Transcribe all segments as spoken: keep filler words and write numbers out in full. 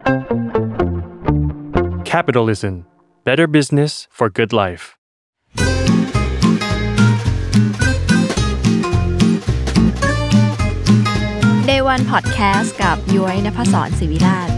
Capitalism. Better business for good life. Day วัน Podcast กับย้อยณภศร ศิวิราช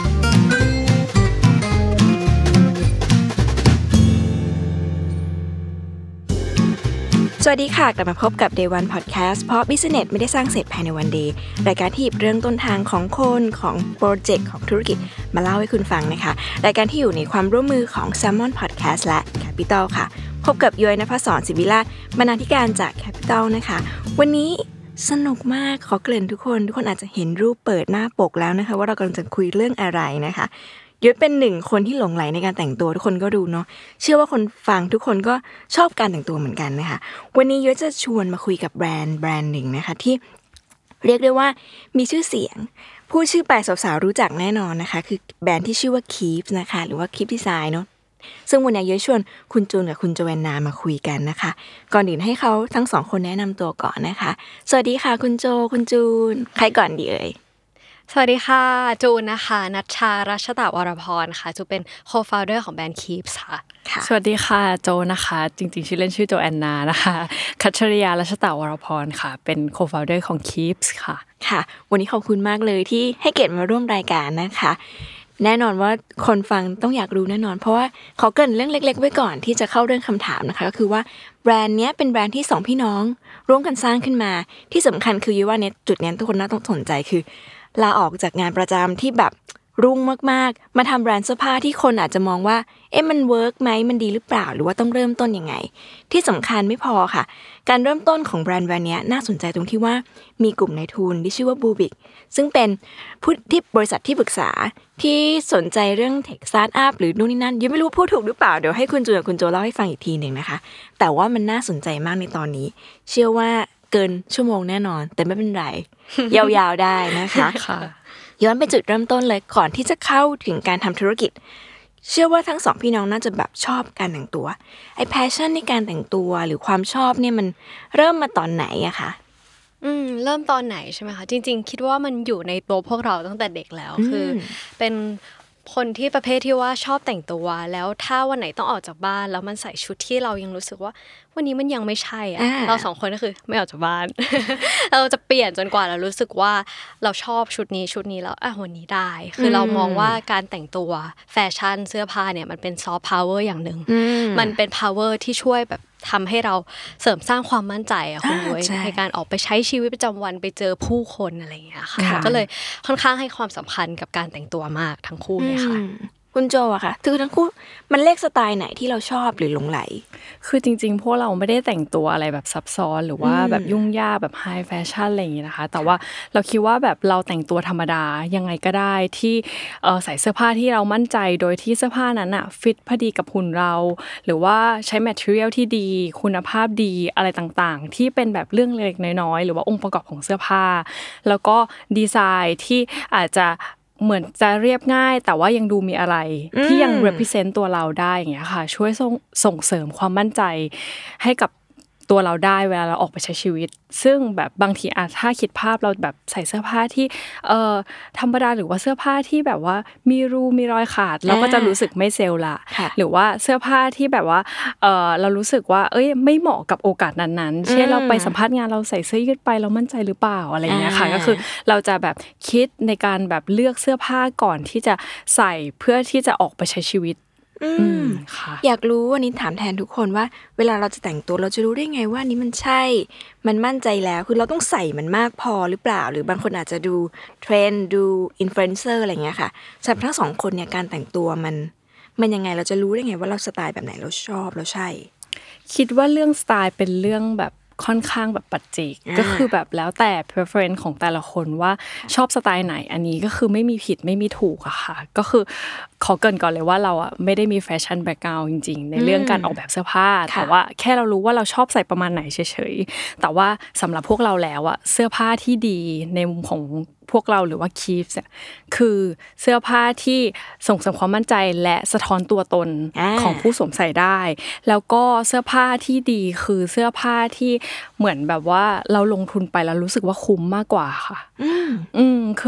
สวัสดีค่ะกลับมาพบกับ Day วัน Podcast เพราะ Business ไม่ได้สร้างเสร็จภายในวันเดย์รายการที่หยิบเรื่องต้นทางของคนของโปรเจกต์ของธุรกิจมาเล่าให้คุณฟังนะคะรายการที่อยู่ในความร่วมมือของ Salmon Podcast และ Capital ค่ะพบกับย้อยณภศร ศิวิราชบรรณาธิการจาก Capital นะคะวันนี้สนุกมากขอเกริ่นทุกคนทุกคนอาจจะเห็นรูปเปิดหน้าปกแล้วนะคะว่าเรากำลังจะคุยเรื่องอะไรนะคะยุ้ยเป็นหนึ่งคนที่หลงใหลในการแต่งตัวทุกคนก็ดูเนาะเชื่อว่าคนฟังทุกคนก็ชอบการแต่งตัวเหมือนกันนะคะวันนี้ยุ้ยจะชวนมาคุยกับแบรนด์แบรนด์หนึ่งนะคะที่เรียกได้ว่ามีชื่อเสียงพูดชื่อไปสาวๆรู้จักแน่นอนนะคะคือแบรนด์ที่ชื่อว่า Keeps นะคะหรือว่า Keeps Design เนาะซึ่งวันนี้ยุ้ยชวนคุณจูนกับคุณโจแอนนามาคุยกันนะคะก่อนอื่นให้เขาทั้งสองคนแนะนำตัวก่อนนะคะสวัสดีค่ะคุณโจคุณจูนใครก่อนดีเอ่ยสวัสดีค่ะจูนนะคะณัชชารัชตะวรพรค่ะจูเป็น co-founder ของแบรนด์ Keeps ค่ะสวัสดีค่ะโจนะคะจริงๆชื่อเล่นชื่อโจแอนนานะคะคัชริยารัชตะวรพรค่ะเป็น co-founder ของ Keeps ค่ะค่ะวันนี้ขอบคุณมากเลยที่ให้เกียรติมาร่วมรายการนะคะแน่นอนว่าคนฟังต้องอยากรู้แน่นอนเพราะว่าขอเกริ่นเรื่องเล็กๆไว้ก่อนที่จะเข้าเรื่องคำถามนะคะก็คือว่าแบรนด์เนี้ยเป็นแบรนด์ที่สองพี่น้องร่วมกันสร้างขึ้นมาที่สำคัญคือยุ้ยว่าเนี่ยจุดนี้ทุกคนน่าต้องสนใจคือลาออกจากงานประจำที่แบบรุ่งมากๆมาทำแบรนด์เสื้อผ้าที่คนอาจจะมองว่าเอ๊ะมันเวิร์กไหมมันดีหรือเปล่าหรือว่าต้องเริ่มต้นยังไงที่สำคัญไม่พอค่ะการเริ่มต้นของแบรนด์แบรนด์นี้น่าสนใจตรงที่ว่ามีกลุ่มนายทุนที่ชื่อว่าบูบิกซึ่งเป็นผู้ที่บริษัทที่ปรึกษาที่สนใจเรื่องเทคสตาร์ทอัพหรือนู่นนี่นั่นยังไม่รู้พูดถูกหรือเปล่าเดี๋ยวให้คุณจูนกับคุณโจเล่าให้ฟังอีกทีหนึ่งนะคะแต่ว่ามันน่าสนใจมากในตอนนี้เชื่อว่าเกินชั่วโมงแน่นอนแต่ไม่เป็นไร ยาวๆได้นะคะย้อนไปจุดเริ่มต้นเลยก่อนที่จะเข้าถึงการทำธุรกิจเชื่อว่าทั้งสองพี่น้องน่าจะแบบชอบการแต่งตัวไอ้แพชชั่นในการแต่งตัวหรือความชอบเนี่ยมันเริ่มมาตอนไหนอะคะอืมเริ่มตอนไหนใช่ไหมคะจริงๆคิดว่ามันอยู่ในตัวพวกเราตั้งแต่เด็กแล้วคือเป็นคนที่ประเภทที่ว่าชอบแต่งตัวแล้วถ้าวันไหนต้องออกจากบ้านแล้วมันใส่ชุดที่เรายังรู้สึกว่าวันนี้มันยังไม่ใช่อ่ะเราสองคนก็คือไม่ออกจากบ้าน เราจะเปลี่ยนจนกว่าเรารู้สึกว่าเราชอบชุดนี้ชุดนี้แล้วอ่ะวันนี้ได้คือเรามองว่าการแต่งตัวแฟชั่นเสื้อผ้าเนี่ยมันเป็นซอฟต์พาวเวอร์อย่างนึงมันเป็นพาวเวอร์ที่ช่วยแบบทำให้เราเสริมสร้างความมั่นใจอ่ะคุณยุ้ยในการออกไปใช้ชีวิตประจำวันไปเจอผู้คนอะไรอย่างเงี้ยค่ะก็เลยค่อนข้างให้ความสำคัญกับการแต่งตัวมากทั้งคู่เลยค่ะคุณโจอะค่ะคือทั้งคู่มันเลขสไตล์ไหนที่เราชอบหรือหลงไหลคือจริงๆพวกเราไม่ได้แต่งตัวอะไรแบบซับซ้อนหรือว่าแบบยุ่งยากแบบไฮแฟชั่นอะไรอย่างงี้นะคะแต่ว่าเราคิดว่าแบบเราแต่งตัวธรรมดายังไงก็ได้ที่เอ่อใส่เสื้อผ้าที่เรามั่นใจโดยที่เสื้อผ้านั้นน่ะฟิตพอดีกับหุ่นเราหรือว่าใช้แมททีเรียลที่ดีคุณภาพดีอะไรต่างๆที่เป็นแบบเรื่องเล็กๆน้อยๆหรือว่าองค์ประกอบของเสื้อผ้าแล้วก็ดีไซน์ที่อาจจะเหมือนจะเรียบง่ายแต่ว่ายังดูมีอะไรที่ยัง represent ตัวเราได้อย่างเงี้ยค่ะช่วยส่งส่งเสริมความมั่นใจให้กับตัวเราได้เวลาเราออกไปใช้ชีวิตซึ่งแบบบางทีอาจถ้าคิดภาพเราแบบใส่เสื้อผ้าที่เอ่อธรรมดาหรือว่าเสื้อผ้าที่แบบว่ามีรูมีรอยขาดเราก็จะรู้สึกไม่เซลล์ละหรือว่าเสื้อผ้าที่แบบว่าเอ่อเรารู้สึกว่าเอ้ยไม่เหมาะกับโอกาสนั้นๆเช่นเราไปสัมภาษณ์งานเราใส่เสื้อยืดไปเรามั่นใจหรือเปล่าอะไรอย่างเงี้ยค่ะก็คือเราจะแบบคิดในการแบบเลือกเสื้อผ้าก่อนที่จะใส่เพื่อที่จะออกไปใช้ชีวิตอืมอยากรู้วันนี้ถามแทนทุกคนว่าเวลาเราจะแต่งตัวเราจะรู้ได้ไงว่านี้มันใช่มันมั่นใจแล้วคือเราต้องใส่มันมากพอหรือเปล่าหรือบางคนอาจจะดูเทรนด์ดูอินฟลูเอนเซอร์อะไรเงี้ยค่ะสำหรับทั้งสองคนเนี่ยการแต่งตัวมันมันยังไงเราจะรู้ได้ไงว่าเราสไตล์แบบไหนเราชอบเราใช่คิดว่าเรื่องสไตล์เป็นเรื่องแบบค่อนข้างแบบปัจเจกก็คือแบบแล้วแต่ preference ของแต่ละคนว่าชอบสไตล์ไหนอันนี้ก็คือไม่มีผิดไม่มีถูกอะค่ะก็คือขอเกริ่นก่อนเลยว่าเราอะไม่ได้มีแฟชั่นแบ็คกราวด์จริงๆในเรื่องการออกแบบเสื้อผ้าแต่ว่าแค่เรารู้ว่าเราชอบใส่ประมาณไหนเฉยๆแต่ว่าสำหรับพวกเราแล้วอะเสื้อผ้าที่ดีในมุมของพวกเราหรือว่า Keeps เนี่ยคือเสื้อผ้าที่ส่งเสริมความมั่นใจและสะท้อนตัวตนของผู้สวมใส่ได้แล้วก็เสื้อผ้าที่ดีคือเสื้อผ้าที่เหมือนแบบว่าเราลงทุนไปแล้วรู้สึกว่าคุ้มมากกว่าค่ะอืมอืมคือ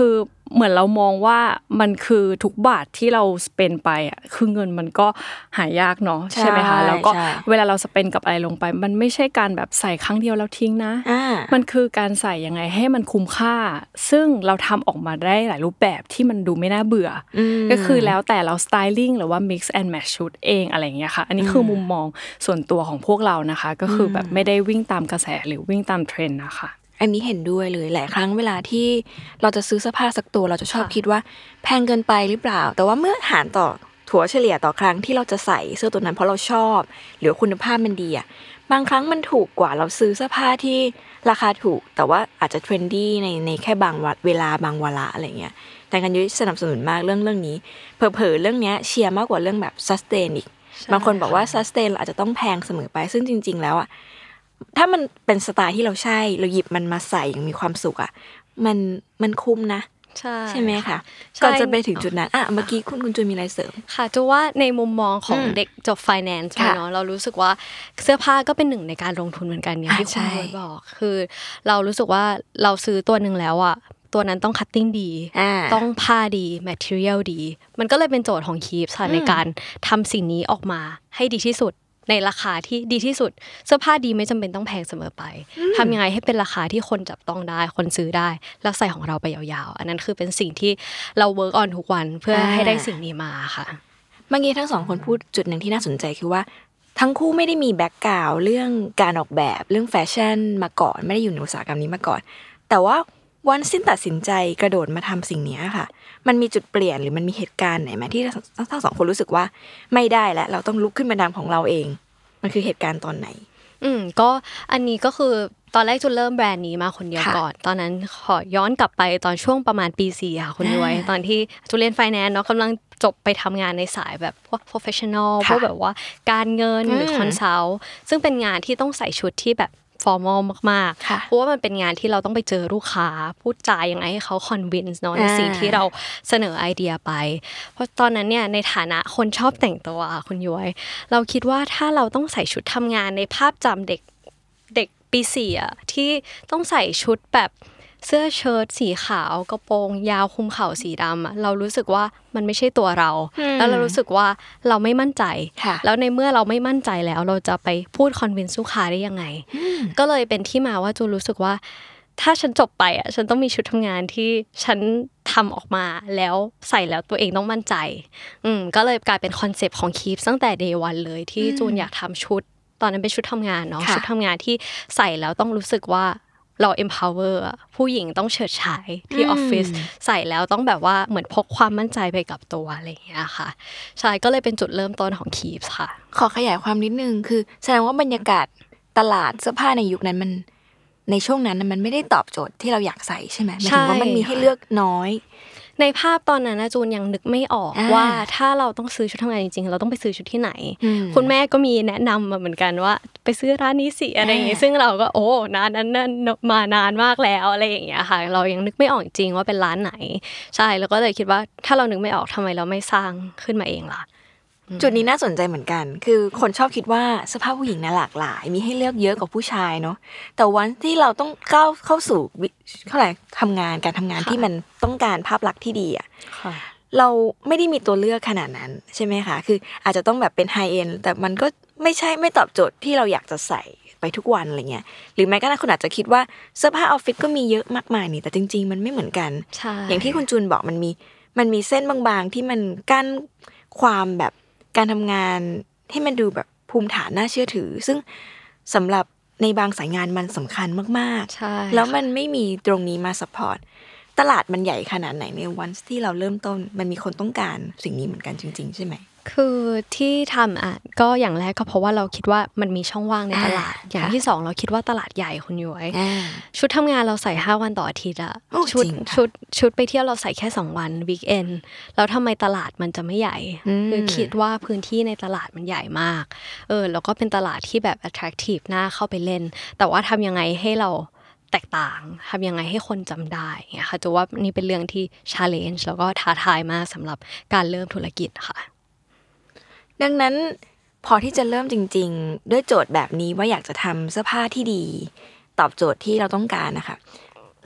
เหมือนเรามองว่ามันคือทุกบาทที่เราสเปนไปอ่ะคือเงินมันก็หายากเนาะใช่ไหมคะแล้วก็เวลาเราสเปนกับอะไรลงไปมันไม่ใช่การแบบใส่ครั้งเดียวแล้วทิ้งนะมันคือการใส่ยังไงให้มันคุ้มค่าซึ่งเราทำออกมาได้หลายรูปแบบที่มันดูไม่น่าเบื่อก็คือแล้วแต่เราสไตลิ่งหรือว่า mix and match ชุดเองอะไรอย่างเงี้ยค่ะอันนี้คือมุมมองส่วนตัวของพวกเรานะคะก็คือแบบไม่ได้วิ่งตามกระแสหรือวิ่งตามเทรนด์นะคะอันนี้เห็นด้วยเลยหลายครั้งเวลาที่เราจะซื้อเสื้อผ้าสักตัวเราจะชอบคิดว่าแพงเกินไปหรือเปล่าแต่ว่าเมื่อหารต่อถัวเฉลี่ยต่อครั้งที่เราจะใส่เสื้อตัวนั้นเพราะเราชอบหรือคุณภาพมันดีอ่ะบางครั้งมันถูกกว่าเราซื้อเสื้อผ้าที่ราคาถูกแต่ว่าอาจจะเทรนดี้ในในแค่บางเวลาบางวาระอะไรเงี้ยแต่กันยุ้ยสนับสนุนมากเรื่องเรื่องนี้เผลอๆเรื่องนี้เชียร์มากกว่าเรื่องแบบซัสเทนอีกบางคนบอกว่าซัสเทนอาจจะต้องแพงเสมอไปซึ่งจริงๆแล้วอ่ะถ้ามันเป็นสไตล์ที่เราใช่เราหยิบมันมาใส่อย่างมีความสุขอ่ะมันมันคุ้มนะใช่ใช่ไหมคะก่อนจะไปถึงจุดนั้นอ่ะเมื่อกี้คุณคุณจูนมีอะไรเสริมค่ะจูว่าในมุมมองของเด็กจบ finance เนาะเรารู้สึกว่าเสื้อผ้าก็เป็นหนึ่งในการลงทุนเหมือนกันอย่างที่คุณเคยบอกคือเรารู้สึกว่าเราซื้อตัวนึงแล้วอ่ะตัวนั้นต้องคัตติ้งดีต้องผ้าดี material ดีมันก็เลยเป็นโจทย์ของ Keeps ค่ะในการทำสิ่งนี้ออกมาให้ดีที่สุดในราคาที่ดีที่สุดเสื้อผ้าดีไม่จำเป็นต้องแพงเสมอไปทำยังไงให้เป็นราคาที่คนจับต้องได้คนซื้อได้แล้วใส่ของเราไปยาวๆอันนั้นคือเป็นสิ่งที่เราเวิร์กออนทุกวันเพื่อให้ได้สิ่งนี้มาค่ะเมื่อกี้ทั้งสองคนพูดจุดหนึ่งที่น่าสนใจคือว่าทั้งคู่ไม่ได้มีแบ็คกราวด์เรื่องการออกแบบเรื่องแฟชั่นมาก่อนไม่ได้อยู่ในอุตสาหกรรมนี้มาก่อนแต่ว่าวันสิ้นตัดสินใจกระโดดมาทำสิ่งนี้ค่ะมันมีจุดเปลี่ยนหรือมันมีเหตุการณ์ไหนไหมที่ทั้งสองคนรู้สึกว่าไม่ได้แล้วเราต้องลุกขึ้นมาทำของเราเองมันคือเหตุการณ์ตอนไหนอืมก็อันนี้ก็คือตอนแรกจุนเริ่มแบรนด์นี้มาคนเดียวก่อนตอนนั้นขอย้อนกลับไปตอนช่วงประมาณปีสี่ค่ะคุณย้อยตอนที่จุนเรียนไฟแนนซ์เนาะกำลังจบไปทำงานในสายแบบพวก professional พวกแบบว่าการเงินหรือคอนซัลท์ซึ่งเป็นงานที่ต้องใส่ชุดที่แบบฟอร์มอลมากๆเพราะว่ามันเป็นงานที่เราต้องไปเจอลูกค้าพูดจายังไงให้เขาคอนวินส์เนาะในสิ่งที่เราเสนอไอเดียไปเพราะตอนนั้นเนี่ยในฐานะคนชอบแต่งตัวคุณย้อยเราคิดว่าถ้าเราต้องใส่ชุดทำงานในภาพจำเด็กเด็กปีสี่อ่ะที่ต้องใส่ชุดแบบเสื้อเชิ้ตสีขาวกระโปรงยาวคลุมเข่าสีดำอ่ะเรารู้สึกว่ามันไม่ใช่ตัวเราแล้วเรารู้สึกว่าเราไม่มั่นใจแล้วในเมื่อเราไม่มั่นใจแล้วเราจะไปพูดคอนวินซ์ลูกค้าได้ยังไงก็เลยเป็นที่มาว่าจูนรู้สึกว่าถ้าฉันจบไปอ่ะฉันต้องมีชุดทำงานที่ฉันทำออกมาแล้วใส่แล้วตัวเองต้องมั่นใจอืมก็เลยกลายเป็นคอนเซปต์ของ Keeps ตั้งแต่ day one เลยที่จูนอยากทำชุดตอนนั้นเป็นชุดทำงานเนาะชุดทำงานที่ใส่แล้วต้องรู้สึกว่าเรา empower ผู้หญิงต้องเฉิดฉายที่ออฟฟิศใส่แล้วต้องแบบว่าเหมือนพกความมั่นใจไปกับตัวอะไรอย่างเงี้ยค่ะใช่ก็เลยเป็นจุดเริ่มต้นของ Keeps ค่ะขอขยายความนิดนึงคือแสดงว่าบรรยากาศตลาดเสื้อผ้าในยุคนั้นมันในช่วงนั้นมันไม่ได้ตอบโจทย์ที่เราอยากใส่ใช่ไหมหมายถึงว่ามันมีให้เลือกน้อยในภาพตอนนั้นนะจูนยังนึกไม่ออกว่าถ้าเราต้องซื้อชุดทำงานจริงๆเราต้องไปซื้อชุดที่ไหนคุณแม่ก็มีแนะนำมาเหมือนกันว่าไปซื้อร้านนี้สิอะไรอย่างงี้ซึ่งเราก็โอ้นานนั้นมานานมากแล้วอะไรอย่างเงี้ยค่ะเรายังนึกไม่ออกจริงว่าเป็นร้านไหนใช่แล้วก็เลยคิดว่าถ้าเรานึกไม่ออกทำไมเราไม่สร้างขึ้นมาเองล่ะจุดนี้น่าสนใจเหมือนกันคือคนชอบคิดว่าเสื้อผ้าผู้หญิงน่ะหลากหลายมีให้เลือกเยอะกว่าผู้ชายเนาะแต่วันที่เราต้องก้าวเข้าสู่เท่าไหร่ทำงานการทำงานที่มันต้องการภาพลักษณ์ที่ดีอ่ะเราไม่ได้มีตัวเลือกขนาดนั้นใช่ไหมคะคืออาจจะต้องแบบเป็นไฮเอ็นแต่มันก็ไม่ใช่ไม่ตอบโจทย์ที่เราอยากจะใส่ไปทุกวันอะไรเงี้ยหรือแม้กระทั่งคุณอาจจะคิดว่าเสื้อผ้าออฟฟิศก็มีเยอะมากมายนี่แต่จริงๆมันไม่เหมือนกันอย่างที่คุณจูนบอกมันมีมันมีเส้นบางๆที่มันกั้นความแบบการทำงานให้มันดูแบบภูมิฐานน่าเชื่อถือซึ่งสำหรับในบางสายงานมันสำคัญมากๆแล้วมันไม่มีตรงนี้มาซัพพอร์ตตลาดมันใหญ่ขนาดไหนในวันที่เราเริ่มต้นมันมีคนต้องการสิ่งนี้เหมือนกันจริงๆใช่ไหมคือที่ทำอ่ะก็อย่างแรกก็เพราะว่าเราคิดว่ามันมีช่องว่างในตลาดอย่างที่สองเราคิดว่าตลาดใหญ่คุณย้อยชุดทำงานเราใส่ห้าวันต่ออาทิตย์อะชุดชุดชุดไปเที่ยวเราใส่แค่สองวันวีคเอนด์แล้วทำไมตลาดมันจะไม่ใหญ่คือคิดว่าพื้นที่ในตลาดมันใหญ่มากเออแล้วก็เป็นตลาดที่แบบ attractive น่าเข้าไปเล่นแต่ว่าทำยังไงให้เราแตกต่างทำยังไงให้คนจำได้เนี่ยค่ะจะว่านี่เป็นเรื่องที่ challenge แล้วก็ท้าทายมากสำหรับการเริ่มธุรกิจค่ะดังนั้นพอที่จะเริ่มจริงๆด้วยโจทย์แบบนี้ว่าอยากจะทำเสื้อผ้าที่ดีตอบโจทย์ที่เราต้องการนะคะ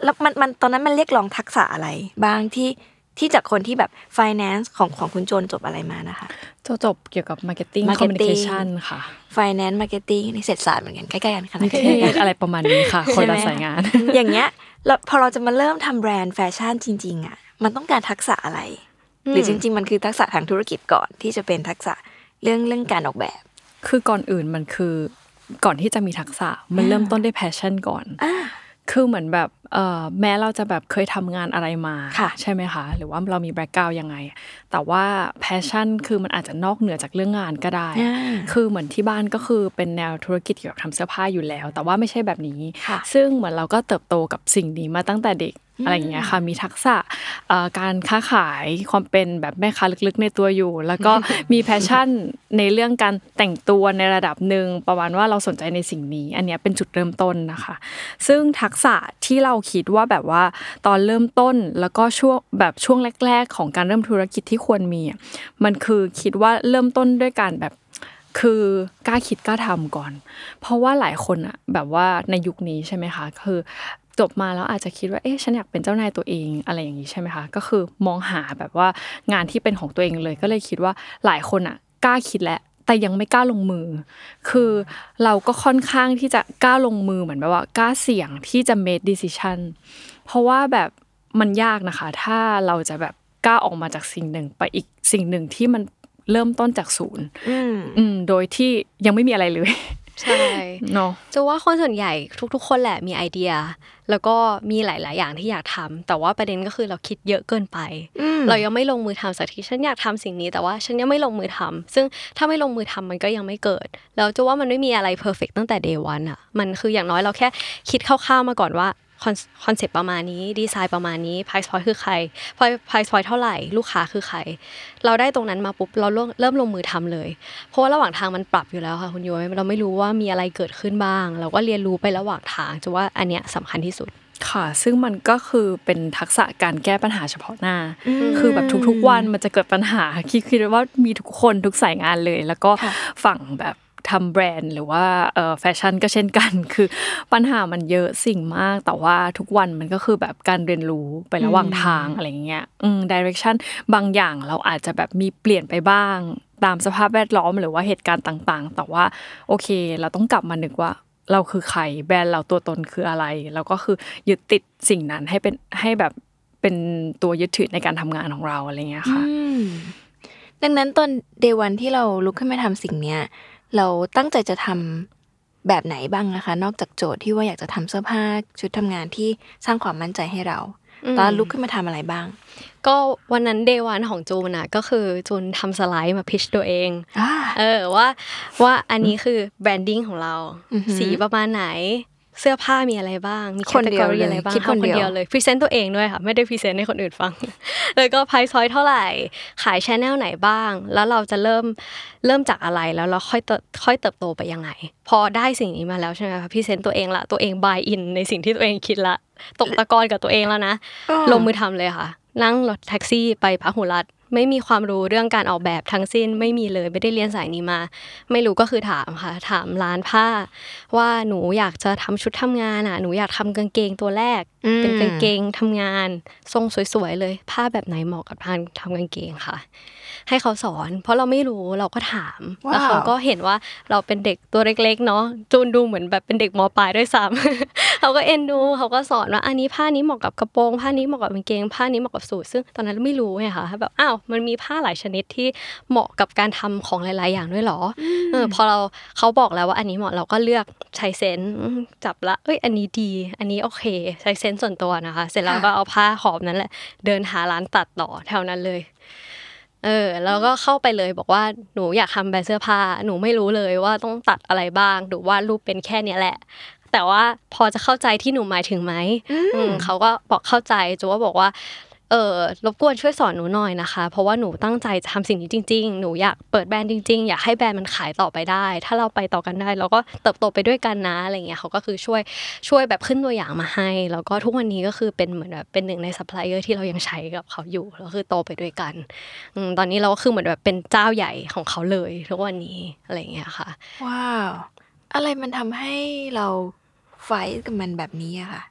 แล้วมันมันตอนนั้นมันเรียกร้องทักษะอะไรบ้างที่ที่จากคนที่แบบ finance ของของคุณโจนจบอะไรมานะคะโจจบเกี่ยวกับ marketing Marketing communication ค่ะ finance marketing นี่เศรษฐศาสตร์เหมือนกันใกล้ๆกันขนาดนิเทศอะไรประมาณนี้ค่ะคนละสายงานอย่างเงี้ยแล้วพอเราจะมาเริ่มทำแบรนด์แฟชั่นจริงๆอ่ะมันต้องการทักษะอะไรหรือจริงๆมันคือทักษะทางธุรกิจก่อนที่จะเป็นทักษะเรื่องเรื่องการออกแบบคือก่อนอื่นมันคือก่อนที่จะมีทักษะมันเริ่มต้นด้วย passion ก่อนคือเหมือนแบบเอ่อแม้เราจะแบบเคยทำงานอะไรมาใช่ไหมคะหรือว่าเรามีแบ็คกราวด์ยังไงแต่ว่า passion คือมันอาจจะนอกเหนือจากเรื่องงานก็ได้คือเหมือนที่บ้านก็คือเป็นแนวธุรกิจเกี่ยวกับทำเสื้อผ้าอยู่แล้วแต่ว่าไม่ใช่แบบนี้ซึ่งเหมือนเราก็เติบโตกับสิ่งนี้มาตั้งแต่เด็กอะไรอย่างเงี้ยค่ะมีทักษะการค้าขายความเป็นแบบแม่ค้าลึกๆในตัวอยู่แล้วก็มีแพชชั่นในเรื่องการแต่งตัวในระดับนึงประมาณว่าเราสนใจในสิ่งนี้อันเนี้ยเป็นจุดเริ่มต้นนะคะซึ่งทักษะที่เราคิดว่าแบบว่าตอนเริ่มต้นแล้วก็ช่วงแบบช่วงแรกๆของการเริ่มธุรกิจที่ควรมีมันคือคิดว่าเริ่มต้นด้วยการแบบคือกล้าคิดกล้าทำก่อนเพราะว่าหลายคนอะแบบว่าในยุคนี้ใช่ไหมคะคือจบมาแล้วอาจจะคิดว่าเอ๊ะฉันอยากเป็นเจ้านายตัวเองอะไรอย่างนี้ใช่ไหมคะก็คือมองหาแบบว่างานที่เป็นของตัวเองเลยก็เลยคิดว่าหลายคนอ่ะกล้าคิดแล้วแต่ยังไม่กล้าลงมือคือเราก็ค่อนข้างที่จะกล้าลงมือเหมือนแบบว่ากล้าเสี่ยงที่จะ make decision เพราะว่าแบบมันยากนะคะถ้าเราจะแบบกล้าออกมาจากสิ่งหนึ่งไปอีกสิ่งหนึ่งที่มันเริ่มต้นจากศูนย์อืมโดยที่ยังไม่มีอะไรเลยใช่เนาะจะว่าคนส่วนใหญ่ทุกๆคนแหละมีไอเดียแล้วก็มีหลายๆอย่างที่อยากทำแต่ว่าประเด็นก็คือเราคิดเยอะเกินไปเรายังไม่ลงมือทำสักทีฉันอยากทำสิ่งนี้แต่ว่าฉันยังไม่ลงมือทำซึ่งถ้าไม่ลงมือทำมันก็ยังไม่เกิดแล้วจะว่ามันไม่มีอะไรเพอร์เฟกต์ตั้งแต่ day one อ่ะมันคืออย่างน้อยเราแค่คิดคร่าวๆมาก่อนว่าคอนเซ็ปต์ประมาณนี้ดีไซน์ประมาณนี้ price point คือใคร price point เท่าไหร่ลูกค้าคือใครเราได้ตรงนั้นมาปุ๊บเราเริ่มลงมือทำเลยเพราะว่าระหว่างทางมันปรับอยู่แล้วค่ะคุณย้อยเราไม่รู้ว่ามีอะไรเกิดขึ้นบ้างเราก็เรียนรู้ไประหว่างทางจะว่าอันเนี้ยสำคัญที่สุดค่ะซึ่งมันก็คือเป็นทักษะการแก้ปัญหาเฉพาะหน้าคือแบบทุกๆวันมันจะเกิดปัญหาคิดคิดว่ามีทุกคนทุกสายงานเลยแล้วก็ฝั่งแบบทำแบรนด์หรือว่าเอ่อแฟชั่นก็เช่นกันคือปัญหามันเยอะสิ่งมากแต่ว่าทุกวันมันก็คือแบบการเรียนรู้ไประหว่างทางอะไรเงี้ยอืม direction บางอย่างเราอาจจะแบบมีเปลี่ยนไปบ้างตามสภาพแวดล้อมหรือว่าเหตุการณ์ต่างๆแต่ว่าโอเคเราต้องกลับมานึกว่าเราคือใครแบรนด์เราตัวตนคืออะไรแล้วก็คือยึดติดสิ่งนั้นให้เป็นให้แบบเป็นตัวยึดถือในการทำงานของเราอะไรเงี้ยค่ะดังนั้นตอน day one ที่เราลุกขึ้นมาทำสิ่งเนี้ยเราตั้งใจจะทำแบบไหนบ้างนะคะนอกจากโจทย์ที่ว่าอยากจะทำเสื้อผ้าชุดทำงานที่สร้างความมั่นใจให้เราตอนลุกขึ้นมาทำอะไรบ้างก็วันนั้นเดย์วันของจูนอ่ะก็คือจูนทำสไลด์มาพิชตัวเองเออว่าว่าอันนี้คือแบรนดิ้งของเราสีประมาณไหนเสื้อผ้ามีอะไรบ้างมีแคตตากรีอะไรบ้างคนเดียวเลยพรีเซนต์ตัวเองด้วยค่ะไม่ได้พรีเซนต์ให้คนอื่นฟังแล้วก็ไพรซ์พอยต์เท่าไหร่ขาย channel ไหนบ้างแล้วเราจะเริ่มเริ่มจากอะไรแล้วเราค่อยค่อยเติบโตไปยังไงพอได้สิ่งนี้มาแล้วใช่ไหมคะพรีเซนต์ตัวเองละตัวเองบายอินในสิ่งที่ตัวเองคิดละตกตะกอนกับตัวเองแล้วนะลงมือทำเลยค่ะนั่งรถแท็กซี่ไปพหุรัตน์ไม่มีความรู้เรื่องการออกแบบทั้งสิ้นไม่มีเลยไม่ได้เรียนสายนี้มาไม่รู้ก็คือถามค่ะถามร้านผ้าว่าหนูอยากจะทำชุดทำงานอ่ะหนูอยากทำกางเกงตัวแรกเป็นกางเกงทำงานทรงสวยๆเลยผ้าแบบไหนเหมาะกับการทำกางเกงค่ะให้เขาสอนเพราะเราไม่รู้เราก็ถามแล้วเขาก็เห็นว่าเราเป็นเด็กตัวเล็กๆเนาะจูนดูเหมือนแบบเป็นเด็กม.ปลายด้วยซ้ำ เขาก็เอ็นดูเขาก็สอนว่าอันนี้ผ้านี้เหมาะกับกระโปรงผ้านี้เหมาะกับกางเกงผ้านี้เหมาะกับสูทซึ่งตอนนั้นเราไม่รู้ไงค่ะแบบอ้าวมันมีผ้าหลายชนิดที่เหมาะกับการทำของหลายๆอย่างด้วยหรอเออพอเราเขาบอกแล้วว่าอันนี้เหมาะเราก็เลือกใช้เซนส์จับละเอ้ยอันนี้ดีอันนี้โอเคใช้เซนส์ส่วนตัวนะคะเสร็จแล้วก็เอาผ้าขอบนั้นแหละเดินหาร้านตัดต่อแถวนั้นเลยเออแล้วก็เข้าไปเลยบอกว่าหนูอยากทำแบรนด์เสื้อผ้าหนูไม่รู้เลยว่าต้องตัดอะไรบ้างหรือว่ารูปเป็นแค่นี้แหละแต่ว่าพอจะเข้าใจที่หนูหมายถึงไหมเขาก็บอกเข้าใจจูว่าบอกว่าเออรบกวนช่วยสอนหนูหน่อยนะคะเพราะว่าหนูตั้งใจจะทำสิ่งนี้จริงๆหนูอยากเปิดแบรนด์จริงๆอยากให้แบรนด์มันขายต่อไปได้ถ้าเราไปต่อกันได้เราก็เติบโตไปด้วยกันนะอะไรเงี้ยเขาก็คือช่วยช่วยแบบขึ้นตัวอย่างมาให้แล้วก็ทุกวันนี้ก็คือเป็นเหมือนแบบเป็นหนึ่งในซัพพลายเออร์ที่เรายังใช้กับเขาอยู่แล้วคือโตไปด้วยกันตอนนี้เราก็คือเหมือนแบบเป็นเจ้าใหญ่ของเขาเลยทุกวันนี้อะไรเงี้ยค่ะว้าวอะไรมันทำให้เราไฟท์กับมันแบบนี้อะค่ะ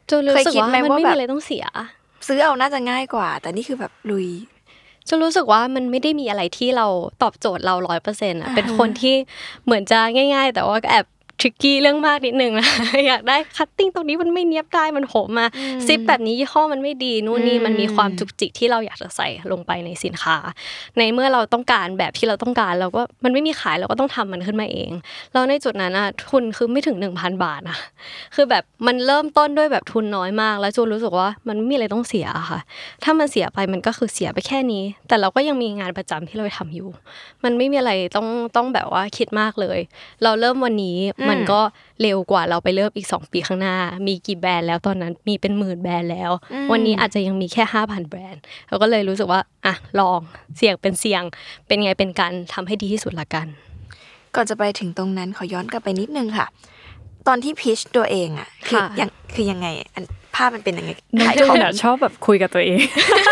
จูรู้สึกว่ามันไม่มีอะไรต้องเสียซื้อเอาน่าจะง่ายกว่าแต่นี่คือแบบลุยจูรู้สึกว่ามันไม่ได้มีอะไรที่เราตอบโจทย์เรา ร้อยเปอร์เซ็นต์ อ่ะเป็นคนที่เหมือนจะง่ายๆแต่ว่าก็แอบทริกกี้เรื่องมากนิดนึงนะอยากได้คัตติ้งตรงนี้มันไม่เนียบได้มันโหมมาซิปแบบนี้ยี่ห้อมันไม่ดีนู่นนี่มันมีความจุกจิกที่เราอยากจะใส่ลงไปในสินค้าในเมื่อเราต้องการแบบที่เราต้องการเราก็มันไม่มีขายเราก็ต้องทำมันขึ้นมาเองแล้วในจุดนั้นน่ะทุนคือไม่ถึง หนึ่งพัน บาทนะคือแบบมันเริ่มต้นด้วยแบบทุนน้อยมากแล้วจูรู้สึกว่ามันไม่มีอะไรต้องเสียค่ะถ้ามันเสียไปมันก็คือเสียไปแค่นี้แต่เราก็ยังมีงานประจำที่เราทำอยู่มันไม่มีอะไรต้องต้องแบบว่าคิดมากเลยเราเริ่มวันนี้มันก็เร็วกว่าเราไปเริ่มอีกสองปีข้างหน้ามีกี่แบรนด์แล้วตอนนั้นมีเป็นหมื่นแบรนด์แล้ววันนี้อาจจะยังมีแค่ ห้าพัน แบรนด์เราก็เลยรู้สึกว่าอ่ะลองเสี่ยงเป็นเสี่ยงเป็นไงเป็นกันทำให้ดีที่สุดละกันก่อนจะไปถึงตรงนั้นขอย้อนกลับไปนิดนึงค่ะตอนที่พิชตัวเองอ่ะคือยังคือยังไงอันภาพมันเป็นยังไงน้องจูนชอบแบบคุยกับตัวเอง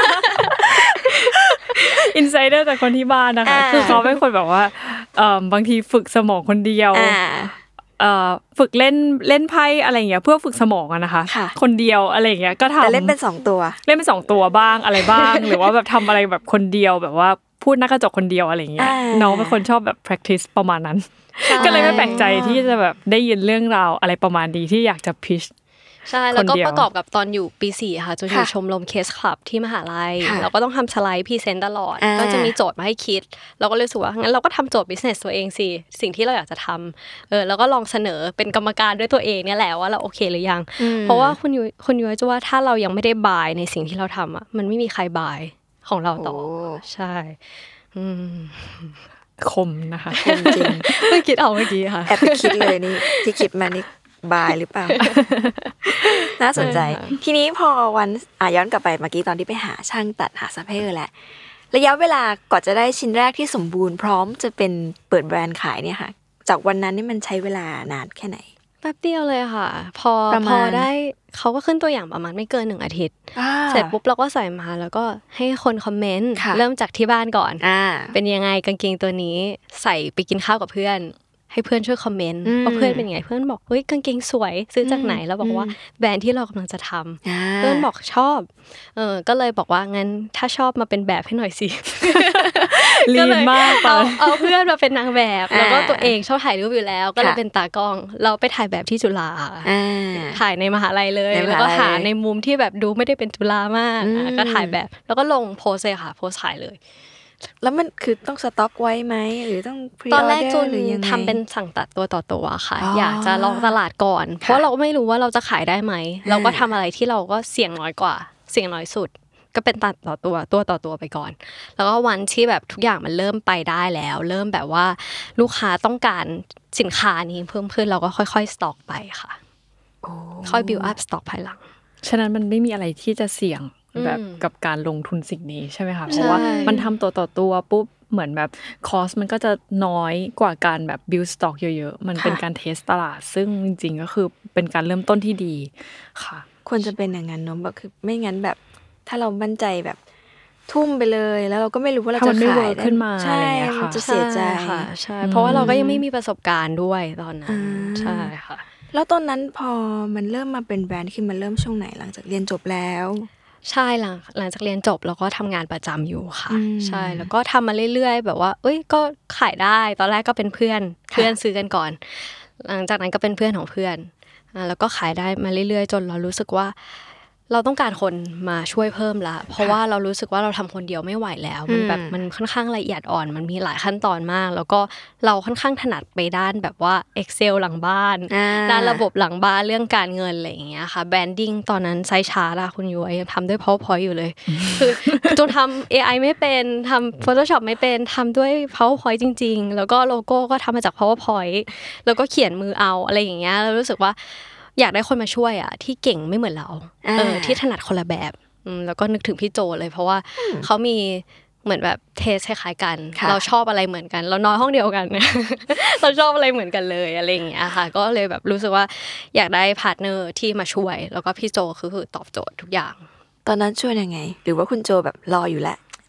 อินไซเดอร์จากคนที่บ้านนะคะคือเขาเป็นคนแบบว่าบางทีฝึกสมองคนเดียวฝึกเล่นเล่นไพ่อะไรอย่างเงี้ยเพื่อฝึกสมองอะนะคะคนเดียวอะไรอย่างเงี้ยก็ทำแต่เล่นเป็นสองตัวเล่นเป็นสองตัวบ้างอะไรบ้างหรือว่าแบบทำอะไรแบบคนเดียวแบบว่าพูดหน้ากระจกคนเดียวอะไรอย่างเงี้ยน้องเป็นคนชอบแบบ practice ประมาณนั้นก็เลยไม่แปลกใจที่จะแบบได้ยินเรื่องราวอะไรประมาณนี้ที่อยากจะ pitch ใช่แล้วก็ประกอบกับตอนอยู่ปีสี่ค่ะจะอยู่ชมรมเคสคลับที่มหาลัยเราก็ต้องทำสไลด์พรีเซนต์ตลอดก็จะมีโจทย์มาให้คิดเราก็เลยรู้สึกว่างั้นเราก็ทำโจทย์ business ตัวเองสิสิ่งที่เราอยากจะทำเออแล้วก็ลองเสนอเป็นกรรมการด้วยตัวเองเนี่ยแหละว่าเราโอเคหรือยังเพราะว่าคุณยูคุณยูจะว่าถ้าเรายังไม่ได้บายในสิ่งที่เราทำอ่ะมันไม่มีใครบายของเราต่อใช่คมนะคะคมจริงไม่คิดเอาเมื่อกี้ค่ะแอบไปคิดเลยนี่ที่คิดมานี่บายหรือเปล่า น่าสนใจทีนี้พอวันอ่ะย้อนกลับไปเมื่อกี้ตอนที่ไปหาช่างตัดหาซัพพลายเออร์แหละระยะเวลาก่อนจะได้ชิ้นแรกที่สมบูรณ์พร้อมจะเป็นเปิดแบรนด์ขายเนี่ยค่ะจากวันนั้นนี่มันใช้เวลานานแค่ไหนแป๊บเดียวเลยค่ะพอพอได้เขาก็ขึ้นตัวอย่างประมาณไม่เกินหนึ่งอาทิตย์เสร็จปุ๊บเราก็ใส่มาแล้วก็ให้คนคอมเมนต์เริ่มจากที่บ้านก่อนเป็นยังไงกางเกงตัวนี้ใส่ไปกินข้าวกับเพื่อนให้เพื่อนช่วยคอมเมนต์ว่าเพื่อนเป็นไงเพื่อนบอกเฮ้ยกางเกงสวยซื้อจากไหนแล้วบอกว่าแบรนด์ที่เรากำลังจะทำเพื่อนบอกชอบเออก็เลยบอกว่างั้นถ้าชอบมาเป็นแบบให้หน่อยสิลีนมากเอาเอาเพื่อนมาเป็นนางแบบแล้วก็ตัวเองชอบถ่ายรูปอยู่แล้วก็เลยเป็นตากล้องเราไปถ่ายแบบที่จุฬาถ่ายในมหาลัยเลยแล้วก็หาในมุมที่แบบดูไม่ได้เป็นจุฬามากก็ถ่ายแบบแล้วก็ลงโพสเลยค่ะโพสถ่ายเลยแล้วมันคือต้องสต็อกไว้ไหมหรือต้องพรีอออเดอร์ตอนแรกจูนทำเป็นสั่งตัดตัวต่อตัวค่ะอยากจะลองตลาดก่อนเพราะเราก็ไม่รู้ว่าเราจะขายได้ไหมเราก็ทำอะไรที่เราก็เสี่ยงน้อยกว่าเสี่ยงน้อยสุดก็เป็นตัดต่อตัวตัวต่อตัวไปก่อนแล้วก็วันที่แบบทุกอย่างมันเริ่มไปได้แล้วเริ่มแบบว่าลูกค้าต้องการสินค้านี้เพิ่มขึ้นเราก็ค่อยๆสต็อกไปค่ะค่อยบิวอัพสต็อกภายหลังฉะนั้นมันไม่มีอะไรที่จะเสี่ยงแบบกับการลงทุนสิ่งนี้ใช่ไหมคะเพราะว่ามันทำตัวต่อตัวปุ๊บเหมือนแบบคอสมันก็จะน้อยกว่าการแบบบิลสต็อกเยอะๆมันเป็นการเทสตลาดซึ่งจริงๆก็คือเป็นการเริ่มต้นที่ดีค่ะควรจะเป็นอย่างนั้นเนาะแบบคือไม่งั้นแบบถ้าเรามั่นใจแบบทุ่มไปเลยแล้วเราก็ไม่รู้ว่าเราจะขายขึ้นมาใช่มันจะเสียใจค่ะใช่เพราะว่าเราก็ยังไม่มีประสบการณ์ด้วยตอนนั้นใช่ค่ะแล้วตอนนั้นพอมันเริ่มมาเป็นแบรนด์คือมันเริ่มช่วงไหนหลังจากเรียนจบแล้วใช่หลังหลังจากเรียนจบแล้วก็ทำงานประจำอยู่ค่ะใช่แล้วก็ทำมาเรื่อยๆแบบว่าเอ้ยก็ขายได้ตอนแรกก็เป็นเพื่อนเพื่อนซื้อกันก่อนหลังจากนั้นก็เป็นเพื่อนของเพื่อนแล้วก็ขายได้มาเรื่อยๆจนเรารู้สึกว่าเราต้องการคนมาช่วยเพิ่มละเพราะว่าเรารู้สึกว่าเราทำคนเดียวไม่ไหวแล้วมันแบบมันค่อนข้างละเอียดอ่อนมันมีหลายขั้นตอนมากแล้วก็เราค่อนข้างถนัดไปด้านแบบว่า Excel หลังบ้านด้านระบบหลังบ้านเรื่องการเงินอะไรอย่างเงี้ยค่ะแบรนดิ้งตอนนั้นไซส์ชาร์ตอะคุณยูไอยังทำด้วย PowerPoint อยู่เลยคือจนทำ เอ ไอ ไม่เป็นทำ Photoshop ไม่เป็นทำด้วย PowerPoint จริงๆแล้วก็โลโก้ก็ทำมาจาก PowerPoint แล้วก็เขียนมือเอาอะไรอย่างเงี้ยเรารู้สึกว่าอยากได้คนมาช่วยอ่ะที่เก่งไม่เหมือนเราเออที่ถนัดคนละแบบแล้วก็นึกถึงพี่โจเลยเพราะว่าเขามีเหมือนแบบเทสคล้ายๆกันเราชอบอะไรเหมือนกันเรานอนห้องเดียวกันเราชอบอะไรเหมือนกันเลยอะไรอย่างเงี้ยค่ะก็เลยแบบรู้สึกว่าอยากได้พาร์ทเนอร์ที่มาช่วยแล้วก็พี่โจคือคือตอบโจทย์ทุกอย่างตอนนั้นช่วยยังไงหรือว่าคุณโจแบบรออยู่แล้ว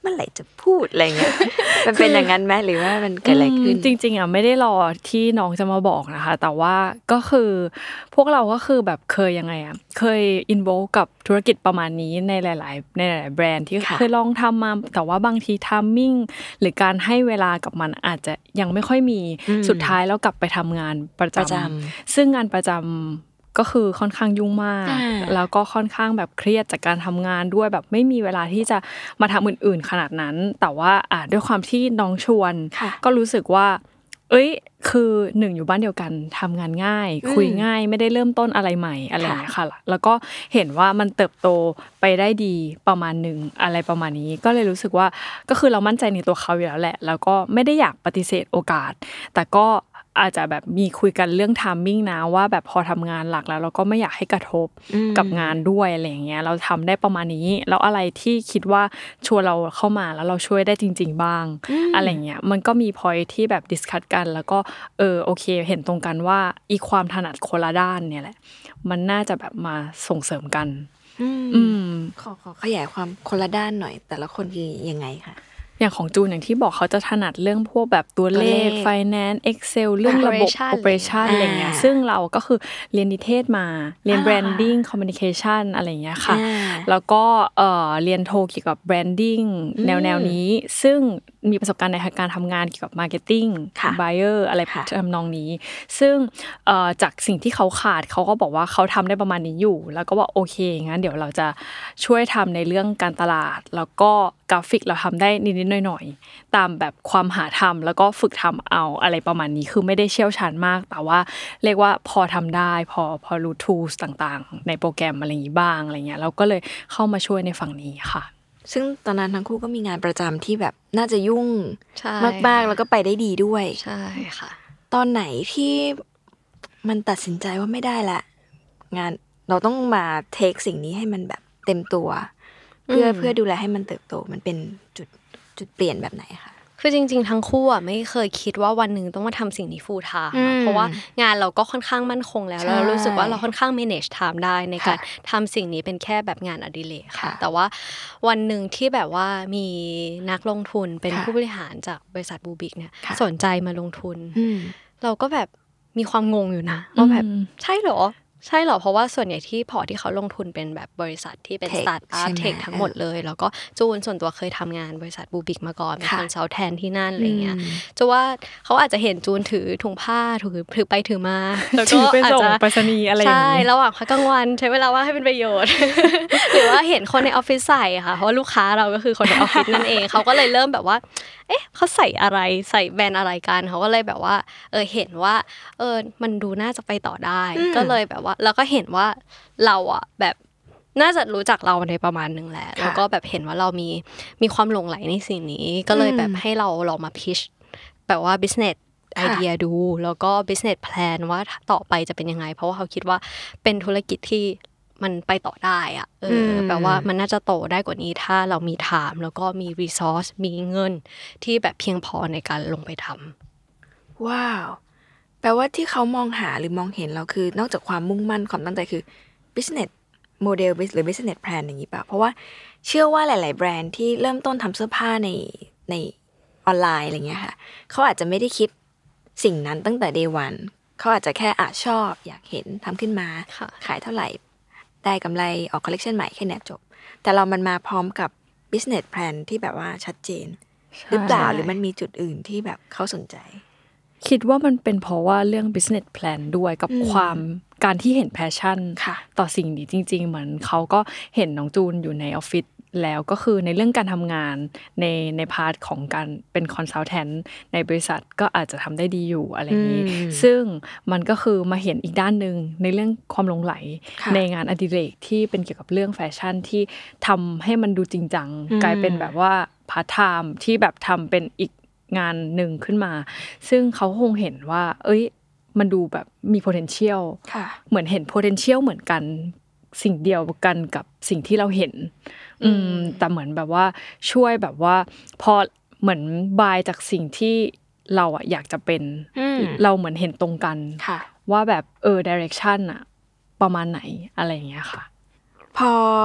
เมื่อไหร่จะพูดอะไรเงี้ย มันเป็นอย่างนั้นไหมหรือว่ามันเกิดอะไรขึ้นจริงๆอ่ะไม่ได้รอที่น้องจะมาบอกนะคะแต่ว่าก็คือพวกเราก็คือแบบเคยยังไงอ่ะเคยอินโวลกับธุรกิจประมาณนี้ในหลายๆในหลายๆแบรนด์ที่เคยลองทำมาแต่ว่าบางทีทัมมิ่งหรือการให้เวลากับมันอาจจะยังไม่ค่อยมีสุดท้ายแล้วกลับไปทำงานประจำซึ่งงานประจำก็คือค่อนข้างยุ่งมากแล้วก็ค่อนข้างแบบเครียดจากการทำงานด้วยแบบไม่มีเวลาที่จะมาทำอื่นๆขนาดนั้นแต่ว่าอ่ะด้วยความที่น้องชวนก็รู้สึกว่าเอ้ยคือหนึ่งอยู่บ้านเดียวกันทำงานง่ายคุยง่ายไม่ได้เริ่มต้นอะไรใหม่อะไรอย่างเงี้ยค่ะแล้วก็เห็นว่ามันเติบโตไปได้ดีประมาณหนึ่งอะไรประมาณนี้ก็เลยรู้สึกว่าก็คือเรามั่นใจในตัวเขาอยู่แล้วแหละแล้วก็ไม่ได้อยากปฏิเสธโอกาสแต่ก็อาจจะแบบมีคุยกันเรื่องไทมิ่งนะว่าแบบพอทำงานหลักแล้วเราก็ไม่อยากให้กระทบกับงานด้วยอะไรอย่างเงี้ยเราทำได้ประมาณนี้แล้วอะไรที่คิดว่าชวนเราเข้ามาแล้วเราช่วยได้จริงๆบ้างอะไรเงี้ยมันก็มีพอยที่แบบดิสคัสกันแล้วก็เออโอเคเห็นตรงกันว่าอีความถนัดคนละด้านเนี่ยแหละมันน่าจะแบบมาส่งเสริมกันอืมขอขอขยายความคนละด้านหน่อยแต่ละคนคือยังไงคะอย่างของจูนอย่างที่บอกเขาจะถนัดเรื่องพวกแบบตัวเลข Finance Excel เรื่องระบบ Operation อะไรเงี้ยซึ่งเราก็คือเรียนนิเทศมาเรียน Branding Communication อะไรเงี้ยค่ะแล้วก็เอ่อเรียนโทเกี่ยวกับ Branding แนวๆนี้ซึ่งมีประสบการณ์ในการทำงานเกี่ยวกับ Marketing Buyer อะไรทำนองนี้ซึ่งเอ่อจากสิ่งที่เขาขาดเขาก็บอกว่าเขาทำได้ประมาณนี้อยู่แล้วก็ว่าโอเคงั้นเดี๋ยวเราจะช่วยทำในเรื่องการตลาดแล้วก็กราฟิกเราทำได้นิดๆหน่อยๆตามแบบความหาทำแล้วก็ฝึกทำเอาอะไรประมาณนี้คือไม่ได้เชี่ยวชาญมากแต่ว่าเรียกว่าพอทำได้พอพอรู้ tools ต่างๆในโปรแกรมอะไรอย่างนี้บ้างอะไรเงี้ยเราก็เลยเข้ามาช่วยในฝั่งนี้ค่ะซึ่งตอนนั้นทั้งคู่ก็มีงานประจำที่แบบน่าจะยุ่งมากๆแล้วก็ไปได้ดีด้วยใช่ค่ะตอนไหนที่มันตัดสินใจว่าไม่ได้ละงานเราต้องมาเทคสิ่งนี้ให้มันแบบเต็มตัวเพื่อเพื่อดูแลให้มันเติบโตมันเป็นจุดจุดเปลี่ยนแบบไหนคะคือจริงๆทั้งคู่อ่ะไม่เคยคิดว่าวันนึงต้องมาทำสิ่งนี้ full time เพราะว่างานเราก็ค่อนข้างมั่นคงแล้วแล้วรู้สึกว่าเราค่อนข้าง manage time ได้ในการทำสิ่งนี้เป็นแค่แบบงานอดิเรกค่ะแต่ว่าวันนึงที่แบบว่ามีนักลงทุนเป็นผู้บริหารจากบริษัทบูบิกเนี่ยสนใจมาลงทุนเราก็แบบมีความงงอยู่นะว่าแบบใช่เหรอใช่เหรอเพราะว่าส่วนใหญ่ที่พอที่เขาลงทุนเป็นแบบบริษัทที่เป็นสตาร์ทอัพเทคทั้งหมดเลยแล้วก็จูนส่วนตัวเคยทำงานบริษัทบูบิกมาก่อนเป็นคอนซัลแทนที่นั่นอะไรเงี้ยจูว่าเขาอาจจะเห็นจูนถือถุงผ้าถือถือไปถือมาแล้วก็อาจจะไปรษณีย์อะไรอย่างนี้ใช่ระหว่างพักกลางวันใช้เวลาว่างให้เป็นประโยชน์หรือว่าเห็นคนในออฟฟิศใส่ค่ะเพราะลูกค้าเราก็คือคนในออฟฟิศนั่นเองเขาก็เลยเริ่มแบบว่าเอ๊ะเขาใส่อะไรใส่แบรนด์อะไรกันเขาก็เลยแบบว่าเออเห็นว่าเออมันดูน่าจะไปต่อได้ก็เลยแบบว่าแล้วก็เห็นว่าเราอ่ะแบบน่าจะรู้จักเราในประมาณนึงแหละแล้วก็แบบเห็นว่าเรามีมีความหลงไหลในสิ่งนี้ก็เลยแบบให้เราลองมาพิชแบบว่า business idea ดูแล้วก็ business plan ว่าต่อไปจะเป็นยังไงเพราะว่าเขาคิดว่าเป็นธุรกิจที่มันไปต่อได้อ่ะเออแปลว่ามันน่าจะโตได้กว่านี้ถ้าเรามี time แล้วก็มี resource มีเงินที่แบบเพียงพอในการลงไปทำว้าวแปลว่าที่เขามองหาหรือมองเห็นเราคือนอกจากความมุ่งมั่นความตั้งใจคือ business model หรือ business plan อย่างนี้ป่ะเพราะว่าเชื่อว่าหลายๆแบรนด์ที่เริ่มต้นทำเสื้อผ้าในในออนไลน์อะไรเงี้ยค่ะเขาอาจจะไม่ได้คิดสิ่งนั้นตั้งแต่ day one เขาอาจจะแค่อาจชอบอยากเห็นทำขึ้นมาขายเท่าไหร่ได้กำไรออกคอลเลคชันใหม่แค่นี้จบแต่เรามันมาพร้อมกับ business plan ที่แบบว่าชัดเจนหรือเปล่าหรือมันมีจุดอื่นที่แบบเขาสนใจคิดว่ามันเป็นเพราะว่าเรื่อง business plan ด้วยกับความการที่เห็น passion ต่อสิ่งนี้จริงๆเหมือนเขาก็เห็นน้องจูนอยู่ในออฟฟิศแล้วก็คือในเรื่องการทำงานในในพาร์ทของการเป็นคอนซัลแทนท์ในบริษัทก็อาจจะทำได้ดีอยู่อะไรอย่างนี้ซึ่งมันก็คือมาเห็นอีกด้านนึงในเรื่องความหลงไหลในงานอดิเรกที่เป็นเกี่ยวกับเรื่องแฟชั่นที่ทำให้มันดูจริงจังกลายเป็นแบบว่าพาร์ทไทม์ที่แบบทำเป็นอีกงานหนึ่งขึ้นมาซึ่งเขาคงเห็นว่าเอ้ยมันดูแบบมี potential เหมือนเห็น potential เหมือนกันสิ่งเดียวกันกับสิ่งที่เราเห็นอืมแต่เหมือนแบบว่าช่วยแบบว่าพอเหมือนบายจากสิ่งที่เราอ่ะอยากจะเป็นเราเหมือนเห็นตรงกันว่าแบบเออ direction อ่ะประมาณไหนอะไรอย่างเงี้ยค่ะพอ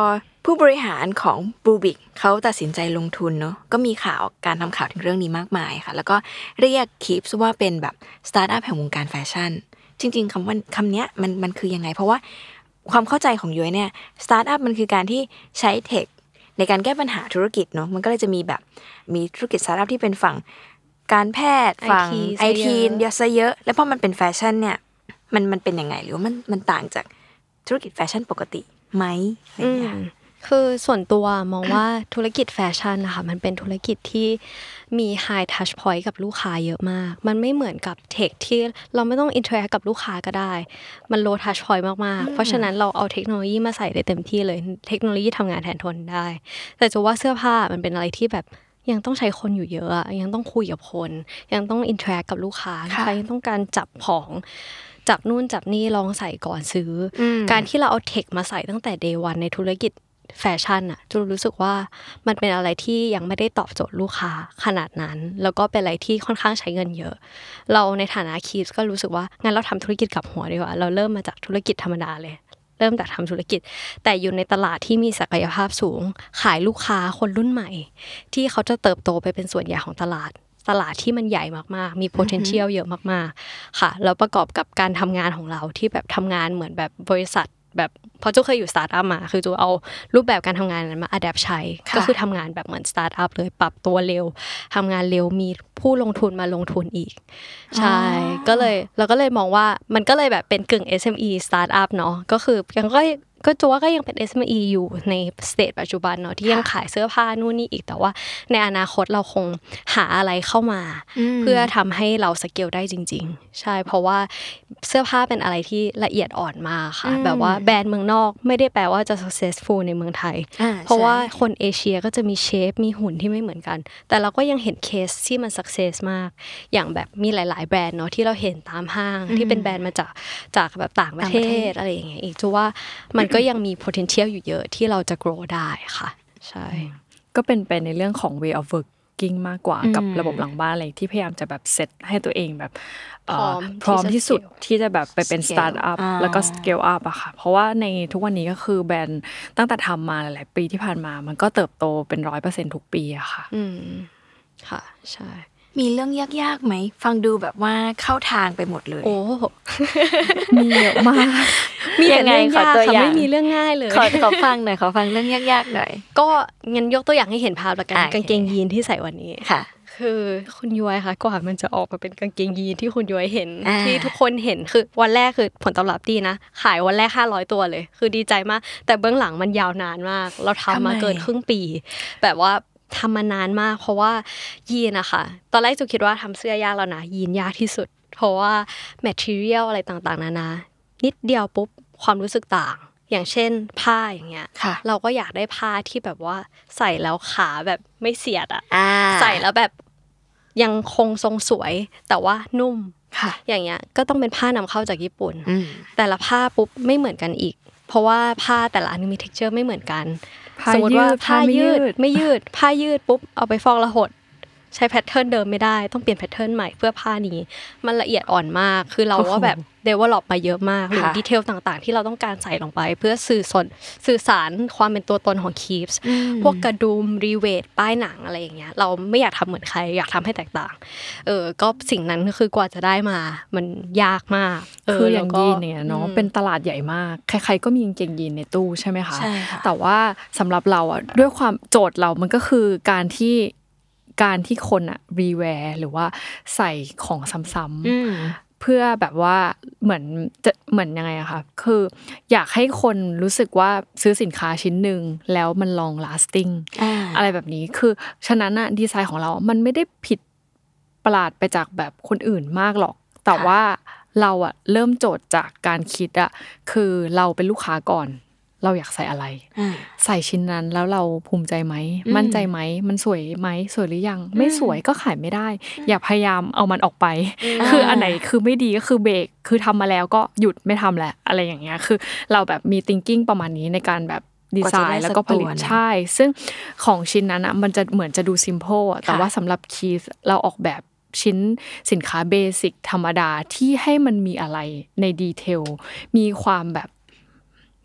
ผู้บริหารของ Bluebiq เขาตัดสินใจลงทุนเนาะก็มีข่าวการทำข่าวถึงเรื่องนี้มากมายค่ะแล้วก็เรียก Keeps ว่าเป็นแบบสตาร์ทอัพแห่งวงการแฟชั่นจริงๆคำว่าคำเนี้ยมันมันคือยังไงเพราะว่าความเข้าใจของย้อยเนี่ยสตาร์ทอัพมันคือการที่ใช้เทคในการแก้ปัญหาธุรกิจเนาะมันก็เลยจะมีแบบมีธุรกิจสตาร์ทอัพที่เป็นฝั่งการแพทย์ฝั่ง ไอ ที เยอะซะเยอะแล้วพอมันเป็นแฟชั่นเนี่ยมันมันเป็นยังไงหรือว่ามันมันต่างจากธุรกิจแฟชั่นปกติไหมอะไรอย่างเงี้ยคือส่วนตัวมองว่าธุรกิจแฟชั่นนะคะมันเป็นธุรกิจที่มี high touch point กับลูกค้าเยอะมากมันไม่เหมือนกับเทคที่เราไม่ต้อง interact กับลูกค้าก็ได้มัน low touch point มากๆเพราะฉะนั้นเราเอาเทคโนโลยีมาใส่ได้เต็มที่เลยเทคโนโลยีทำงานแทนทนได้แต่จะว่าเสื้อผ้ามันเป็นอะไรที่แบบยังต้องใช้คนอยู่เยอะยังต้องคุยกับคนยังต้อง interact กับลูกค้าใครยังต้องการจับของจับนู่นจับนี่ลองใส่ก่อนซื้อการที่เราเอาเทคมาใส่ตั้งแต่ day one ในธุรกิจแฟชั่นอะจูรู้สึกว่ามันเป็นอะไรที่ยังไม่ได้ตอบโจทย์ลูกค้าขนาดนั้นแล้วก็เป็นอะไรที่ค่อนข้างใช้เงินเยอะเราในฐานะคีฟก็รู้สึกว่างั้นเราทำธุรกิจกับหัวดีกว่าเราเริ่มมาจากธุรกิจธรรมดาเลยเริ่มจากทำธุรกิจแต่อยู่ในตลาดที่มีศักยภาพสูงขายลูกค้าคนรุ่นใหม่ที่เขาจะเติบโตไปเป็นส่วนใหญ่ของตลาดตลาดที่มันใหญ่มากๆมี potential เยอะมากๆค่ะแล้วประกอบกับการทำงานของเราที่แบบทำงานเหมือนแบบบริษัทแบบพอจูเคยอยู่สตาร์ทอัพมาคือจูเอารูปแบบการทำงานนั้นมาอัดแอปใช้ก็คือทำงานแบบเหมือนสตาร์ทอัพเลยปรับตัวเร็วทำงานเร็วมีผู้ลงทุนมาลงทุนอีกใช่ก็เลยเราก็เลยมองว่ามันก็เลยแบบเป็นกึ่ง เอส เอ็ม อี สตาร์ทอัพเนาะก็คือยังก็ก็จูว่าก็ยังเป็น เอส เอ็ม อี อยู่ในสเตจปัจจุบันเนาะที่ยังขายเสื้อผ้านู่นนี่อีกแต่ว่าในอนาคตเราคงหาอะไรเข้ามาเพื่อทำให้เราสเกลได้จริงๆใช่เพราะว่าเสื้อผ้าเป็นอะไรที่ละเอียดอ่อนมากค่ะแบบว่าแบรนด์เมืองนอกไม่ได้แปลว่าจะ successful ในเมืองไทยเพราะว่าคนเอเชียก็จะมีเชฟมีหุ่นที่ไม่เหมือนกันแต่เราก็ยังเห็นเคสที่มัน success มากอย่างแบบมีหลายๆแบรนด์เนาะที่เราเห็นตามห้างที่เป็นแบรนด์มาจากจากแบบต่างประเทศอะไรอย่างเงี้ยอีกจูว่ามันก็ยังมี potential อยู่เยอะที่เราจะ grow ได้ค่ะใช่ก็เป็นไปในเรื่องของ way of working มากกว่ากับระบบหลังบ้านอะไรที่พยายามจะแบบเซตให้ตัวเองแบบพร้อมที่สุดที่จะแบบไปเป็นสตาร์ทอัพแล้วก็สเกลอัพอะค่ะเพราะว่าในทุกวันนี้ก็คือแบรนด์ตั้งแต่ทำมาหลายๆปีที่ผ่านมามันก็เติบโตเป็น ร้อยเปอร์เซ็นต์ ทุกปีอะค่ะอืมค่ะใช่มีเรื่องยากๆไหมฟังดูแบบว่าเข้าทางไปหมดเลยโอ้มีเยอะมากมีแต่เรื่องยากค่ะไม่มีเรื่องง่ายเลยขอขอฟังหน่อยขอฟังเรื่องยากๆหน่อยก็งั้นยกตัวอย่างให้เห็นภาพละกันกางเกงยีนที่ใส่วันนี้ค่ะคือคุณย้อยค่ะกว่ามันจะออกมาเป็นกางเกงยีนที่คุณย้อยเห็นที่ทุกคนเห็นคือวันแรกคือผลตอบรับดีนะขายวันแรกห้าร้อยตัวเลยคือดีใจมากแต่เบื้องหลังมันยาวนานมากเราทำมาเกินครึ่งปีแบบว่าทำมานานมากเพราะว่ายีนอะค่ะตอนแรกจูคิดว่าทำเสื้อยากแล้วนะยีนยากที่สุดเพราะว่า material อะไรต่างๆนานานิดเดียวปุ๊บความรู้สึกต่างอย่างเช่นผ้าอย่างเงี้ยเราก็อยากได้ผ้าที่แบบว่าใส่แล้วขาแบบไม่เสียดอะใส่แล้วแบบยังคงทรงสวยแต่ว่านุ่มอย่างเงี้ยก็ต้องเป็นผ้านำเข้าจากญี่ปุ่นแต่ละผ้าปุ๊บไม่เหมือนกันอีกเพราะว่าผ้าแต่ละอันมี texture ไม่เหมือนกันสมมติว่าผ้ายืดไม่ยืดผ้ายืดปุ๊บเอาไปฟอกแล้วหดใช้แพทเทิร์นเดิมไม่ได้ต้องเปลี่ยนแพทเทิร์นใหม่เพื่อผ้านี้มันละเอียดอ่อนมากคือเราว่าแบบ develop มาเยอะมากหรือดีเทลต่างๆที่เราต้องการใส่ลงไปเพื่อสื่อสารสื่อสารความเป็นตัวตนของ Keeps พวกกระดุมรีเวทป้ายหนังอะไรอย่างเงี้ยเราไม่อยากทำเหมือนใครอยากทำให้แตกต่างเออก็สิ่งนั้นก็คือกว่าจะได้มามันยากมากคืออย่างยีนเนี่ยเนาะเป็นตลาดใหญ่มากใครๆก็มีกางเกงยีนในตู้ใช่ไหมคะแต่ว่าสำหรับเราอ่ะด้วยความโจทย์เรามันก็คือการที่การที่คนอะรีแวร์หรือว่าใส่ของซ้ำๆเพื่อแบบว่าเหมือนจะเหมือนยังไงอะคะคืออยากให้คนรู้สึกว่าซื้อสินค้าชิ้นหนึ่งแล้วมัน long lasting อะไรแบบนี้คือฉะนั้นอะดีไซน์ของเรามันไม่ได้ผิดประหลาดไปจากแบบคนอื่นมากหรอกแต่ว่าเราอะเริ่มโจทย์จากการคิดอะคือเราเป็นลูกค้าก่อนเราอยากใส่อะไรใส่ชิ้นนั้นแล้วเราภูมิใจไหมมั่นใจไหมมันสวยไหมสวยหรือยังไม่สวยก็ขายไม่ได้อย่าพยายามเอามันออกไปคืออันไหนคือไม่ดีก็คือเบรกคือทำมาแล้วก็หยุดไม่ทำแหละอะไรอย่างเงี้ยคือเราแบบมี thinking ประมาณนี้ในการแบบดีไซน์แล้วก็ผลิตใช่ซึ่งของชิ้นนั้นอ่ะมันจะเหมือนจะดู simple อ่ะแต่ว่าสำหรับคีสเราออกแบบชิ้นสินค้าเบสิกธรรมดาที่ให้มันมีอะไรในดีเทลมีความแบบ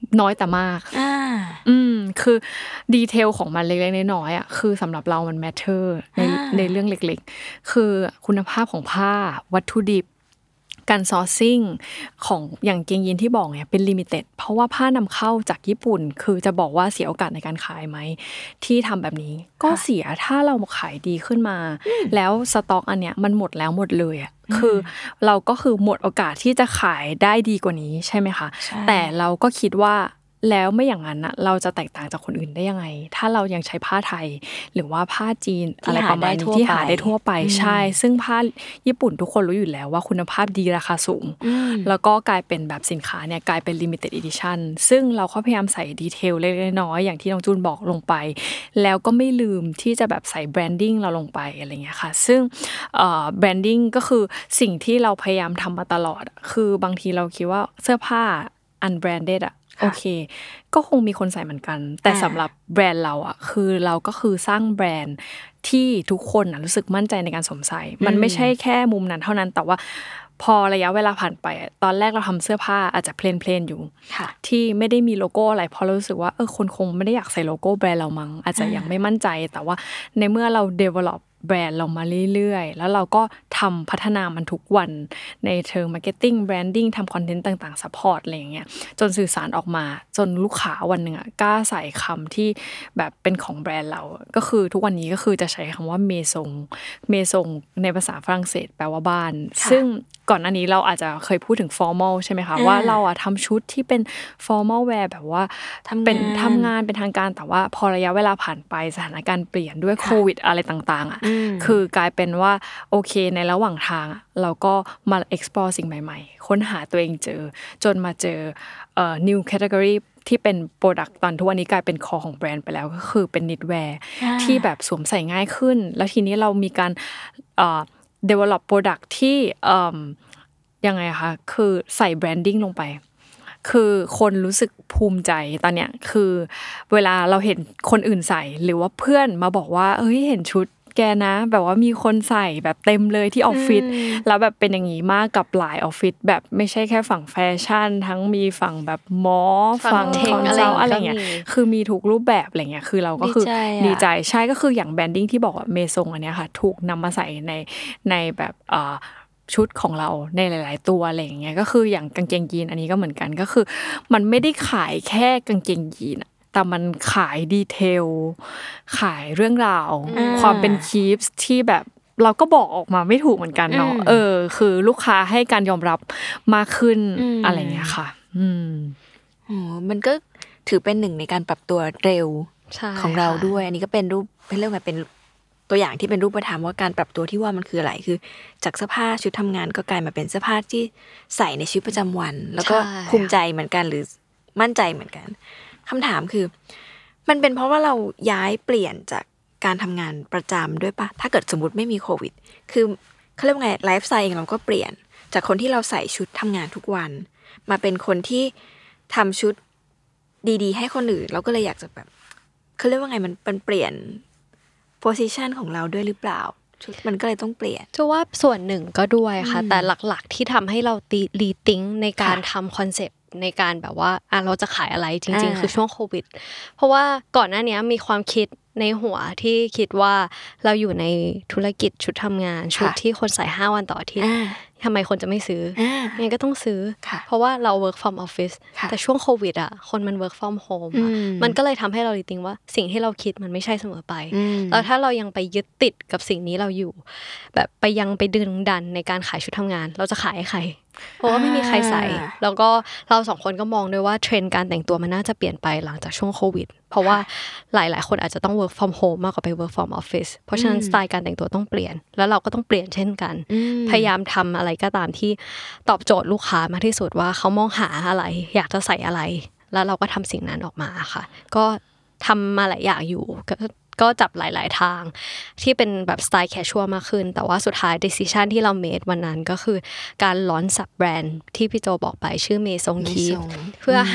น้อยแต่มากอ่าอืมคือดีเทลของมันเล็กๆน้อยๆอ่ะคือสำหรับเรามันแมทเทอร์ในในเรื่องเล็กๆคือคุณภาพของผ้าวัตถุดิบการซอร์ซิ่งของอย่างเกงยีนที่บอกเนี่ยเป็นลิมิเต็ดเพราะว่าผ้านำเข้าจากญี่ปุ่นคือจะบอกว่าเสียโอกาสในการขายไหมที่ทำแบบนี้ก็เสียถ้าเราขายดีขึ้นมาแล้วสต็อกอันเนี้ยมันหมดแล้วหมดเลยอ่ะคือเราก็คือหมดโอกาสที่จะขายได้ดีกว่านี้ใช่ไหมคะแต่เราก็คิดว่าแล้วไม่อย่างนั้นนะเราจะแตกต่างจากคนอื่นได้ยังไงถ้าเรายังใช้ผ้าไทยหรือว่าผ้าจีนอะไรประมาณนี้ที่หาได้ทั่วไปใช่ซึ่งผ้าญี่ปุ่นทุกคนรู้อยู่แล้วว่าคุณภาพดีราคาสูงแล้วก็กลายเป็นแบบสินค้าเนี่ยกลายเป็น limited edition ซึ่งเราก็พยายามใส่ดีเทลเล็กๆน้อยๆอย่างที่น้องจูนบอกลงไปแล้วก็ไม่ลืมที่จะแบบใส่แบรนดิ้งเราลงไปอะไรเงี้ยค่ะซึ่งแบรนดิ้งก็คือสิ่งที่เราพยายามทำมาตลอดคือบางทีเราคิดว่าเสื้อผ้า unbranded อะโอเคก็คงมีคนใส่เหมือนกันแต่สำหรับแบรนด์เราอ่ะคือเราก็คือสร้างแบรนด์ที่ทุกคนอ่ะรู้สึกมั่นใจในการสวมใส่มันไม่ใช่แค่มุมนั้นเท่านั้นแต่ว่าพอระยะเวลาผ่านไปตอนแรกเราทำเสื้อผ้าอาจจะเพลนๆอยู่ที่ไม่ได้มีโลโก้อะไรเพราะเรารู้สึกว่าเออคนคงไม่ได้อยากใส่โลโก้แบรนด์เรามั้งอาจจะยังไม่มั่นใจแต่ว่าในเมื่อเรา developแบรนด์เรามาเรื่อยๆแล้วเราก็ทำพัฒนามันทุกวันในเชิงมาร์เก็ตติ้งแบรนดิ้งทำคอนเทนต์ต่างๆซัพพอร์ตอะไรอย่างเงี้ยจนสื่อสารออกมาจนลูกค้าวันหนึ่งอ่ะกล้าใส่คำที่แบบเป็นของแบรนด์เราก็คือทุกวันนี้ก็คือจะใช้คำว่าเมซงเมซงในภาษาฝรั่งเศสแปลว่าบ้านซึ่งก่อนหน้านี้เราอาจจะเคยพูดถึง formal ใช่ไหมคะว่าเราอ่ะทำชุดที่เป็น formal wear แบบว่าเป็นทำงานเป็นทางการแต่ว่าพอระยะเวลาผ่านไปสถานการณ์เปลี่ยนด้วยโควิดอะไรต่างๆอ่ะคือกลายเป็นว่าโอเคในระหว่างทางเราก็มา explore สิ่งใหม่ๆค้นหาตัวเองเจอจนมาเจอเอ่อ new category ที่เป็น product ตอนทุกวันนี้กลายเป็น core ของแบรนด์ไปแล้วก็คือเป็น knitwear ที่แบบสวมใส่ง่ายขึ้นแล้วทีนี้เรามีการเอ่อdevelop product ที่เอ่อยังไงคะคือใส่ branding ลงไปคือคนรู้สึกภูมิใจตอนเนี้ยคือเวลาเราเห็นคนอื่นใส่หรือว่าเพื่อนมาบอกว่าเอ้ยเห็นชุดแกนะแบบว่ามีคนใส่แบบเต็มเลยที่ออฟฟิศแล้วแบบเป็นอย่างงี้มากกับหลายออฟฟิศแบบไม่ใช่แค่ฝั่งแฟชั่นทั้งมีฝั่งแบบหมอฝั่งคอนซัลท์อะไรเงี้ยคือมีทุกรูปแบบอะไรเงี้ยคือเราก็คือดีใจใช่ก็คืออย่างแบรนดิ้งที่บอกว่าเมซงอันเนี้ยค่ะถูกนำมาใส่ในในแบบเอ่อชุดของเราในหลายๆตัวอะไรอย่างเงี้ยก็คืออย่างกางเกงยีนอันนี้ก็เหมือนกันก็คือมันไม่ได้ขายแค่กางเกงยีนแต่มันขายดีเทลขายเรื่องราวความเป็นคีปส์ที่แบบเราก็บอกออกมาไม่ถูกเหมือนกันเนาะเออคือลูกค้าให้การยอมรับมากขึ้นอะไรเงี้ยค่ะอืมโอ้มันก็ถือเป็นหนึ่งในการปรับตัวเร็วของเราด้วยอันนี้ก็เป็นรูปเป็นเรื่องแบบเป็นตัวอย่างที่เป็นรูปธรรมว่าการปรับตัวที่ว่ามันคืออะไรคือจากเสื้อผ้าชุดทำงานก็กลายมาเป็นเสื้อผ้าที่ใส่ในชีวิตประจำวันแล้วก็ภูมิใจเหมือนกันหรือมั่นใจเหมือนกันคำถามคือมันเป็นเพราะว่าเราย้ายเปลี่ยนจากการทำงานประจำด้วยปะถ้าเกิดสมมติไม่มีโควิดคือเขาเรียกว่าไงไลฟ์สไตล์เองเราก็เปลี่ยนจากคนที่เราใส่ชุดทำงานทุกวันมาเป็นคนที่ทำชุดดีๆให้คนอื่นเราก็เลยอยากจะแบบเขาเรียกว่าไงมันเป็นเปลี่ยนโพสิชันของเราด้วยหรือเปล่าชุดมันก็เลยต้องเปลี่ยนจะว่าส่วนหนึ่งก็ด้วยค่ะแต่หลักๆที่ทำให้เราตีรีทิงในการทำคอนเซปต์ในการแบบว่าอ่ะเราจะขายอะไรจริงๆคือช่วงโควิดเพราะว่าก่อนหน้านี้มีความคิดในหัวที่คิดว่าเราอยู่ในธุรกิจชุดทำงานชุดที่คนใส่ห้าวันต่ออาทิตย์ทำไมคนจะไม่ซื้องั้นก็ต้องซื้อเพราะว่าเรา work from office แต่ช่วงโควิดอ่ะคนมัน work from home อ่ะมันก็เลยทำให้เรารีทิงว่าสิ่งที่เราคิดมันไม่ใช่เสมอไปแล้วถ้าเรายังไปยึดติดกับสิ่งนี้เราอยู่แบบไปยังไปดึงดันในการขายชุดทำงานเราจะขายให้ใครเพราะว่าไม่มีใครใส่แล้วก็เราสองคนก็มองด้วยว่าเทรนด์การแต่งตัวมันน่าจะเปลี่ยนไปหลังจากช่วงโควิดเพราะว่าหลายๆคนอาจจะต้อง work from home มากกว่าไป work from office เพราะฉะนั้นสไตล์การแต่งตัวต้องเปลี่ยนแล้วเราก็ต้องเปลี่ยนเช่นกันพยายามทำอะไรก็ตามที่ตอบโจทย์ลูกค้ามากที่สุดว่าเขามองหาอะไรอยากจะใส่อะไรแล้วเราก็ทำสิ่งนั้นออกมาค่ะก็ทำมาหลายอย่างอยู่ก็จับหลายๆทางที่เป็นแบบสไตล์แคชชวลมากขึ้นแต่ว่าสุดท้าย decision ที่เรา made วันนั้นก็คือการลอนสับแบรนด์ที่พี่โจบอกไปชื่อเมซงคีเพื่อให้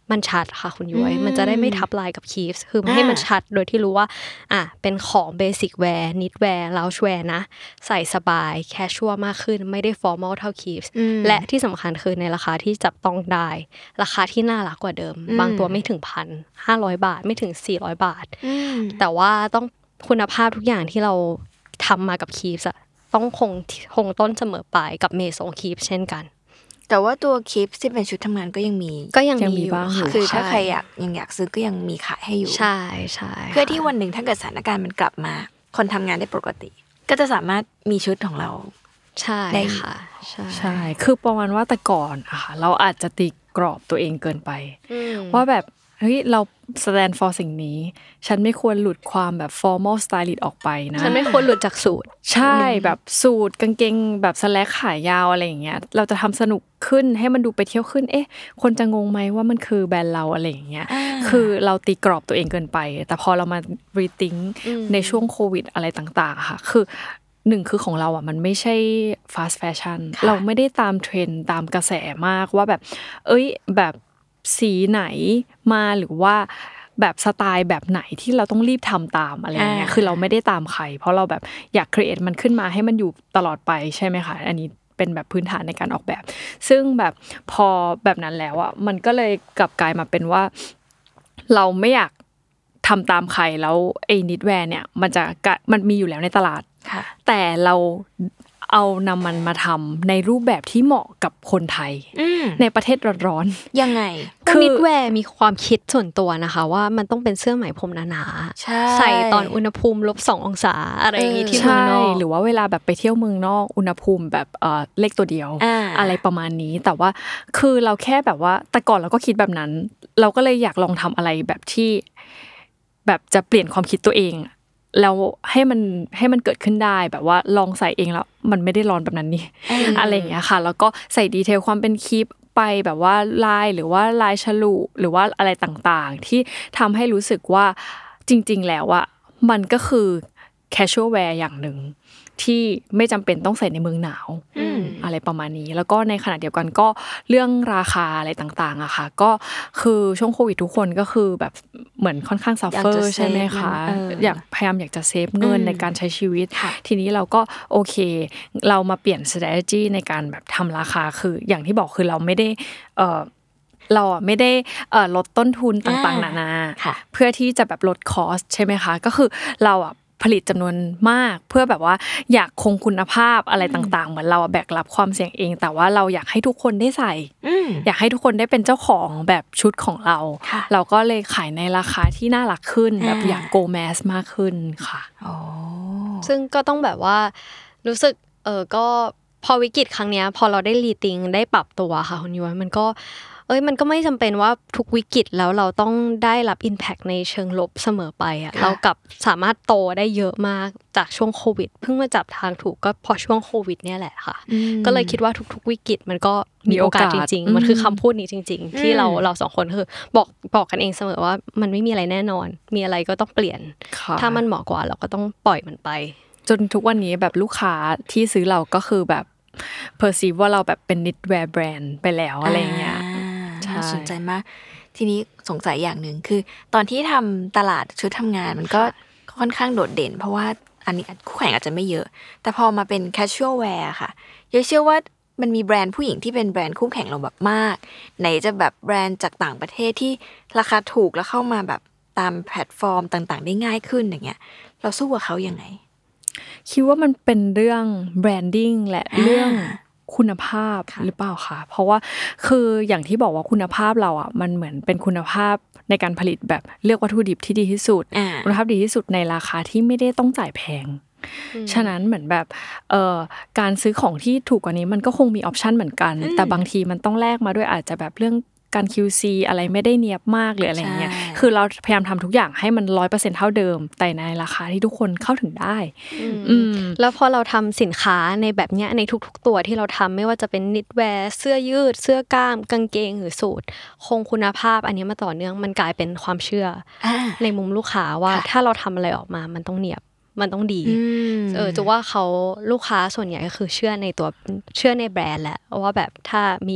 มันชัดค่ะคุณย้อยมันจะได้ไม่ทับลายกับคีฟส์คือให้มันชัดโดยที่รู้ว่าอ่ะเป็นของเบสิกแวร์นิดแวร์ลาวช์แวร์นะใส่สบายแคชชัวร์มากขึ้นไม่ได้ฟอร์มอลเท่าคีฟส์และที่สำคัญคือในราคาที่จับต้องได้ราคาที่น่ารักกว่าเดิมบางตัวไม่ถึงพันห้าร้อยบาทไม่ถึงสี่ร้อยบาทแต่ว่าต้องคุณภาพทุกอย่างที่เราทำมากับคีฟส์อะต้องคงคงต้นเสมอไปกับเมซงคีฟส์เช่นกันแต่ว่าตัวคลิปที่เป็นชุดทำงานก็ยังมีก็ยังมีบ้างคือถ้าใครอยากยังอยากซื้อก็ยังมีขายให้อยู่ใช่ใช่เพื่อที่วันหนึ่งถ้าเกิดสถานการณ์มันกลับมาคนทำงานได้ปกติก็จะสามารถมีชุดของเราใช่ค่ะใช่ใช่คือประมาณว่าแต่ก่อนอะค่ะเราอาจจะตีกรอบตัวเองเกินไปว่าแบบเฮ้ยเรา stand for สิ่งนี้ฉันไม่ควรหลุดความแบบ formal stylist ออกไปนะฉันไม่ควรหลุดจากสูตรใช่แบบสูตรกางเกงแบบสแลกขายาวอะไรอย่างเงี้ยเราจะทำสนุกขึ้นให้มันดูไปเที่ยวขึ้นเอ๊ะคนจะงงไหมว่ามันคือแบรนด์เราอะไรอย่างเงี้ยคือเราตีกรอบตัวเองเกินไปแต่พอเรามา rethink ในช่วงโควิดอะไรต่างๆค่ะคือหนึ่งคือของเราอ่ะมันไม่ใช่ fast fashion เราไม่ได้ตามเทรนด์ตามกระแสมากว่าแบบเอ้ยแบบสีไหนมาหรือว่าแบบสไตล์แบบไหนที่เราต้องรีบทำตามอะไรเงี้ยคือเราไม่ได้ตามใครเพราะเราแบบอยากครีเอทมันขึ้นมาให้มันอยู่ตลอดไปใช่ไหมคะอันนี้เป็นแบบพื้นฐานในการออกแบบซึ่งแบบพอแบบนั้นแล้วอ่ะมันก็เลยกลับกลายมาเป็นว่าเราไม่อยากทำตามใครแล้วไอ้นิดแวร์เนี่ยมันจะมันมีอยู่แล้วในตลาดแต่เราเอานำมันมาทำในรูปแบบที่เหมาะกับคนไทยในประเทศร้อนๆยังไงคือนิดแวร์มีความคิดส่วนตัวนะคะว่ามันต้องเป็นเสื้อไหมพรมหนาๆใส่ตอนอุณหภูมิลบสององศาอะไรอย่างงี้ที่เมืองนอกหรือว่าเวลาแบบไปเที่ยวเมืองนอกอุณหภูมิแบบเอ่อเลขตัวเดียวอะไรประมาณนี้แต่ว่าคือเราแค่แบบว่าแต่ก่อนเราก็คิดแบบนั้นเราก็เลยอยากลองทำอะไรแบบที่แบบจะเปลี่ยนความคิดตัวเองแล้วให้มันให้มันเกิดขึ้นได้แบบว่าลองใส่เองแล้วมันไม่ได้ร้อนแบบนั้นนี่อะไรอย่างเงี้ยค่ะแล้วก็ใส่ดีเทลความเป็นคลิปไปแบบว่าลายหรือว่าลายฉลุหรือว่าอะไรต่างๆที่ทำให้รู้สึกว่าจริงๆแล้วอะมันก็คือ casual wear อย่างหนึ่งที่ไม่จำเป็นต้องใส่ในเมืองหนาวอะไรประมาณนี้แล้วก็ในขณะเดียวกันก็เรื่องราคาอะไรต่างๆอะค่ะก็คือช่วงโควิดทุกคนก็คือแบบเหมือนค่อนข้างซัฟเฟอร์ใช่ไหมคะอยากพยายามอยากจะเซฟเงินในการใช้ชีวิตทีนี้เราก็โอเคเรามาเปลี่ยน strategy ในการแบบทำราคาคืออย่างที่บอกคือเราไม่ได้เอ่อเราอ่ะไม่ได้เอ่อลดต้นทุนต่างๆนานาเพื่อที่จะแบบลดคอสใช่ไหมคะก็คือเราอ่ะผลิตจำนวนมากเพื่อแบบว่าอยากคงคุณภาพอะไรต่างๆเหมือนเราแบกรับความเสี่ยงเองแต่ว่าเราอยากให้ทุกคนได้ใส่อยากให้ทุกคนได้เป็นเจ้าของแบบชุดของเราเราก็เลยขายในราคาที่น่ารักขึ้นแบบอยากโกแมสมากขึ้นค่ะซึ่งก็ต้องแบบว่ารู้สึกเออก็พอวิกฤตครั้งนี้พอเราได้รีทิงได้ปรับตัวค่ะคุณย้อยมันก็เอ้ยมันก็ไม่จำเป็นว่าทุกวิกฤตแล้วเราต้องได้รับ impact ในเชิงลบเสมอไปอ่ะเรากลับสามารถโตได้เยอะมากจากช่วงโควิดเพิ่งมาจับทางถูกก็พอช่วงโควิดเนี่ยแหละค่ะก็เลยคิดว่าทุกๆวิกฤตมันก็มีโอกาสจริงๆมันคือคำพูดนี้จริงๆที่เราเราสองคนคือบอกบอกกันเองเสมอว่ามันไม่มีอะไรแน่นอนมีอะไรก็ต้องเปลี่ยนถ้ามันเหมาะกว่าเราก็ต้องปล่อยมันไปจนทุกวันนี้แบบลูกค้าที่ซื้อเราก็คือแบบperceive ว่าเราแบบเป็น knitwear brand ไปแล้วอะไรเงี้ยน่าสนใจมากทีนี้สงสัยอย่างหนึ่งคือตอนที่ทำตลาดชุดทำงานมันก็ค่อนข้างโดดเด่นเพราะว่าอันนี้คู่แข่งอาจจะไม่เยอะแต่พอมาเป็น casual wear ค่ะยังเชื่อว่ามันมีแบรนด์ผู้หญิงที่เป็นแบรนด์คู่แข่งเราแบบมากไหนจะแบบแบรนด์จากต่างประเทศที่ราคาถูกแล้วเข้ามาแบบตามแพลตฟอร์มต่างๆได้ง่ายขึ้นอย่างเงี้ยเราสู้กับเขายังไงคิดว่ามันเป็นเรื่องแบรนดิ้งและเรื่องคุณภาพหรือเปล่าคะเพราะว่าคืออย่างที่บอกว่าคุณภาพเราอ่ะมันเหมือนเป็นคุณภาพในการผลิตแบบเลือกวัตถุดิบที่ดีที่สุดคุณภาพดีที่สุดในราคาที่ไม่ได้ต้องจ่ายแพงฉะนั้นเหมือนแบบเอ่อการซื้อของที่ถูกกว่านี้มันก็คงมีออปชันเหมือนกันแต่บางทีมันต้องแลกมาด้วยอาจจะแบบเรื่องการ คิว ซี อะไรไม่ได้เนียบมากหรืออะไรเงี้ยคือเราพยายามทำทุกอย่างให้มัน ร้อยเปอร์เซ็นต์ เท่าเดิมแต่ในราคาที่ทุกคนเข้าถึงได้แล้วพอเราทำสินค้าในแบบเนี้ยในทุกๆตัวที่เราทำไม่ว่าจะเป็นนิตแวร์เสื้อยืดเสื้อกล้ามกางเกงหรือสูทคงคุณภาพอันนี้มาต่อเนื่องมันกลายเป็นความเชื่อในมุมลูกค้าว่าถ้าเราทำอะไรออกมามันต้องเนียบมันต้องดีเออจะว่าเขาลูกค้าส่วนใหญ่ก็คือเชื่อในตัวเชื่อในแบรนด์แหละว่าแบบถ้ามี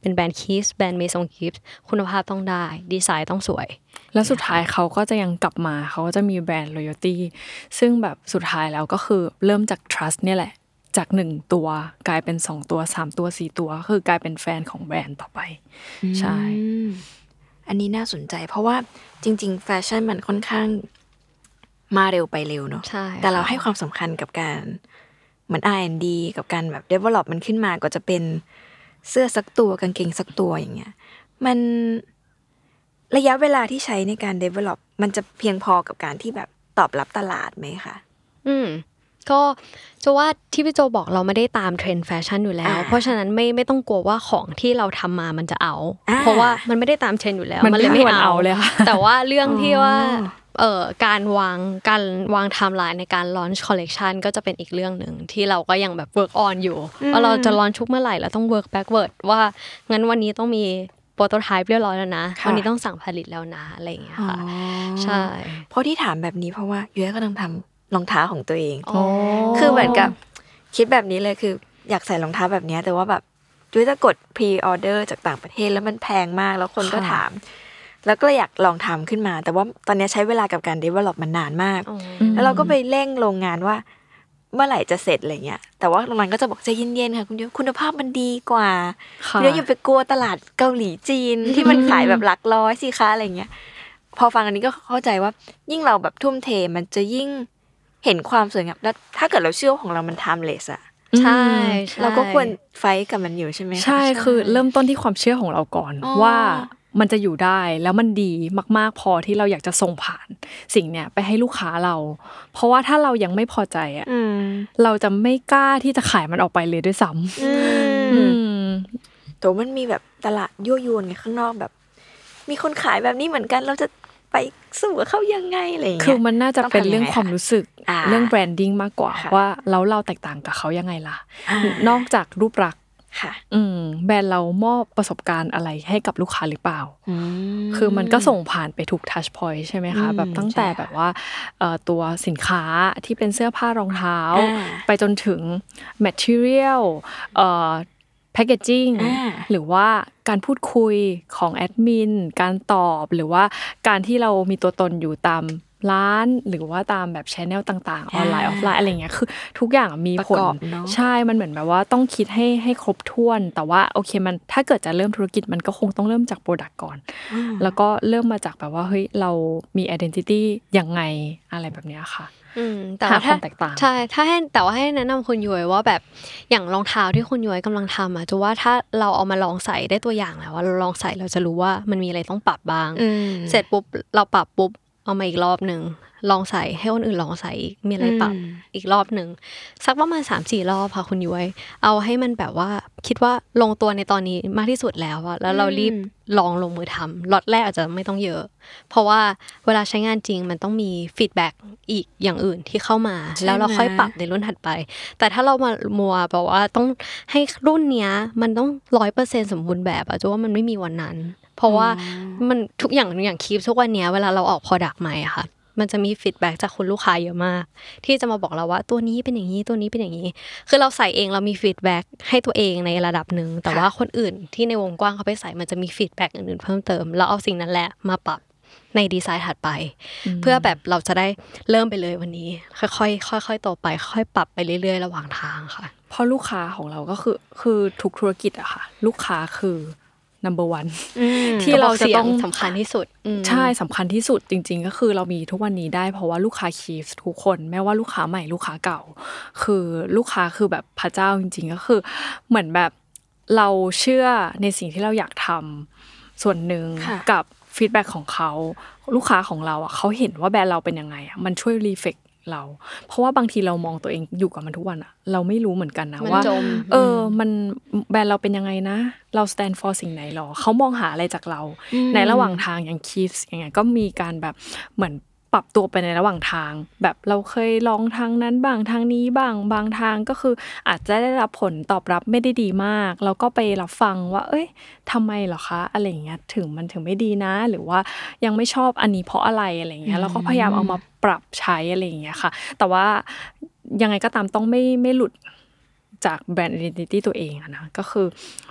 เป็นแบรนด์คีฟส์แบรนด์เมซงคีฟส์คุณภาพต้องได้ดีไซน์ต้องสวยแล้วสุดท้ายเขาก็จะยังกลับมาเขาก็จะมีแบรนด์ loyalty ซึ่งแบบสุดท้ายแล้วก็คือเริ่มจาก trust เนี่ยแหละจากหนึ่งตัวกลายเป็นสองตัวสามตัวสี่ตัวคือกลายเป็นแฟนของแบรนด์ต่อไปใช่อันนี้น่าสนใจเพราะว่าจริงๆแฟชั่นมันค่อนข้างมาเร็วไปเร็วเนาะแต่เราให้ความสำคัญกับการเหมือน อาร์ แอนด์ ดี กับการแบบ develop มันขึ้นมาก็จะเป็นเสื้อสักตัวกางเกงสักตัวอย่างเงี้ยมันระยะเวลาที่ใช้ในการ develop มันจะเพียงพอกับการที่แบบตอบรับตลาดไหมคะอืมก็จะว่าที่พี่โจบอกเราไม่ได้ตามเทรนด์แฟชั่นอยู่แล้วเพราะฉะนั้นไม่ไม่ต้องกลัวว่าของที่เราทำมามันจะเอาเพราะว่ามันไม่ได้ตามเทรนด์อยู่แล้วมันเลยไม่เอาเลยค่ะแต่ว่าเรื่องที่ว่าเอ่อการวางการวางไทม์ไลน์ในการลอนช์คอลเลคชันก็จะเป็นอีกเรื่องนึงที่เราก็ยังแบบเวิร์กออนอยู่ว่าเราจะลอนช์ทุกเมื่อไหร่เราต้องเวิร์กแบ็คเวิร์ดว่างั้นวันนี้ต้องมีโปรโตไทป์เรียบร้อยแล้วนะวันนี้ต้องสั่งผลิตแล้วนะอะไรอย่างเงี้ยค่ะใช่เพราะที่ถามแบบนี้เพราะว่ายุ้ยก็ต้องทำรองเท้าของตัวเองคือเหมือนกับคิดแบบนี้เลยคืออยากใส่รองเท้าแบบนี้แต่ว่าแบบยุ้ยจะกดพรีออเดอร์จากต่างประเทศแล้วมันแพงมากแล้วคนก็ถามแล้วก็อยากลองทำขึ้นมาแต่ว่าตอนนี้ใช้เวลากับการ develop มันนานมากแล้วเราก็ไปเร่งโรงงานว่าเมื่อไหร่จะเสร็จอะไรเงี้ยแต่ว่าโรงงานก็จะบอกใจเย็นๆค่ะคุณยุ้ยคุณภาพมันดีกว่าคุณยุ้ยอย่าไปกลัวตลาดเกาหลีจีนที่มันขายแบบหลักร้อยสิคะอะไรเงี้ยพอฟังอันนี้ก็เข้าใจว่ายิ่งเราแบบทุ่มเทมันจะยิ่งเห็นความสวยงามแล้วถ้าเกิดเราเชื่อของเรามัน timeless อะใช่เราก็ควรไฟท์กับมันอยู่ใช่ไหมใช่คือเริ่มต้นที่ความเชื่อของเราก่อนว่ามันจะอยู่ได้แล้วมันดีมากๆพอที่เราอยากจะส่งผ่านสิ่งเนี้ยไปให้ลูกค้าเราเพราะว่าถ้าเรายังไม่พอใจอ่ะเราจะไม่กล้าที่จะขายมันออกไปเลยด้วยซ้ำแต่มันมีแบบตลาดยั่วยวนไงข้างนอกแบบมีคนขายแบบนี้เหมือนกันเราจะไปสู้กับเขายังไงอะไรอย่างเงี้ยคือมันน่าจะเป็นเรื่องความรู้สึกเรื่องแบรนดิ้งมากกว่าว่าแล้วเราแตกต่างกับเขายังไงล่ะนอกจากรูปลักษณ์อืมแบรนด์เรามอบประสบการณ์อะไรให้กับลูกค้าหรือเปล่าคือมันก็ส่งผ่านไปทุกทัชพอยต์ใช่ไหมคะแบบตั้งแต่แบบว่าตัวสินค้าที่เป็นเสื้อผ้ารองเท้าไปจนถึง material เอ่อแพคเกจจิ้งหรือว่าการพูดคุยของแอดมินการตอบหรือว่าการที่เรามีตัวตนอยู่ตามร้านหรือว่าตามแบบ channel ต่างๆออนไลน์ออฟไลน์อะไรเงี้ยคือทุกอย่างมีผลใช่มันเหมือนแบบว่าต้องคิดให้ให้ครบถ้วนแต่ว่าโอเคมันถ้าเกิดจะเริ่มธุรกิจมันก็คงต้องเริ่มจาก product ก่อนแล้วก็เริ่มมาจากแบบว่าเฮ้ยเรามี identity ยังไงอะไรแบบเนี้ยค่ะอืมแต่ว่าถ้าใช่ถ้าให้แต่ว่าให้แนะนำคุณยุ้ยว่าแบบอย่างรองเท้าที่คุณยุ้ยกำลังทำอ่ะจะว่าถ้าเราเอามาลองใส่ได้ตัวอย่างแล้วว่าเราลองใส่เราจะรู้ว่ามันมีอะไรต้องปรับบ้างเสร็จปุ๊บเราปรับปุ๊บเอามาอีกรอบนึงลองใส่ให้คนอื่นลองใส่อีกมีอะไรปรับอีกรอบนึงสักประมาณ สามสี่ รอบค่ะคุณยุ้ยเอาให้มันแบบว่าคิดว่าลงตัวในตอนนี้มากที่สุดแล้วอะแล้วเรารีบลองลงมือทำล็อตแรกอาจจะไม่ต้องเยอะเพราะว่าเวลาใช้งานจริงมันต้องมีฟีดแบ็กอีกอย่างอื่นที่เข้ามาแล้วเราค่อยปรับในรุ่นถัดไปแต่ถ้าเรามามัวแบบว่าต้องให้รุ่นเนี้ยมันต้อง ร้อยเปอร์เซ็นต์ สมบูรณ์แบบอะจะว่ามันไม่มีวันนั้นเพราะว่ามันทุกอย่างอย่างคลิปทุกวันนี้เวลาเราออก product ใหม่อะค่ะมันจะมีฟีดแบ็กจากคุณลูกค้าเยอะมากที่จะมาบอกเราว่าตัวนี้เป็นอย่างนี้ตัวนี้เป็นอย่างนี้คือเราใส่เองเรามีฟีดแบ็กให้ตัวเองในระดับหนึ่งแต่ว่าคนอื่นที่ในวงกว้างเขาไปใส่มันจะมีฟีดแบ็กอื่นๆเพิ่มเติมเราเอาสิ่งนั้นแหละมาปรับในดีไซน์ถัดไปเพื่อแบบเราจะได้เริ่มไปเลยวันนี้ค่อยๆค่อยๆโตไปค่อยๆปรับไปเรื่อยๆระหว่างทางค่ะเพราะลูกค้าของเราก็คือคือทุกธุรกิจอะค่ะลูกค้าคือnumber one ที่เราจะต้องสำคัญที่สุดใช่สำคัญที่สุดจริงๆก็คือเรามีทุกวันนี้ได้เพราะว่าลูกค้าคีฟทุกคนแม้ว่าลูกค้าใหม่ลูกค้าเก่าคือลูกค้าคือแบบพระเจ้าจริงๆก็คือเหมือนแบบเราเชื่อในสิ่งที่เราอยากทำส่วนหนึ่งกับฟีดแบ็กของเขาลูกค้าของเราอ่ะเขาเห็นว่าแบรนด์เราเป็นยังไงอ่ะมันช่วยรีเฟกเราเพราะว่าบางทีเรามองตัวเองอยู่กับมันทุกวันอะเราไม่รู้เหมือนกันนะว่าเออมันแบรนด์เราเป็นยังไงนะเรา stand for สิ่งไหนหรอเขามองหาอะไรจากเราในระหว่างทางอย่างคีฟส์อย่างเงี้ยก็มีการแบบเหมือนปรับตัวไปในระหว่างทางแบบเราเคยลองทางนั้นบ้างทางนี้บ้างบางทางก็คืออาจจะได้รับผลตอบรับไม่ได้ดีมากเราก็ไปรับฟังว่าเอ้ยทำไมเหรอคะอะไรอย่างเงี้ยถึงมันถึงไม่ดีนะหรือว่ายังไม่ชอบอันนี้เพราะอะไรอะไรอย่างเงี้ยเราก็พยายามเอามาปรับใช้อะไรอย่างเงี้ยค่ะแต่ว่ายังไงก็ตามต้องไม่ไม่หลุดจากแบรนด์ identity ตัวเองอะนะก็คือ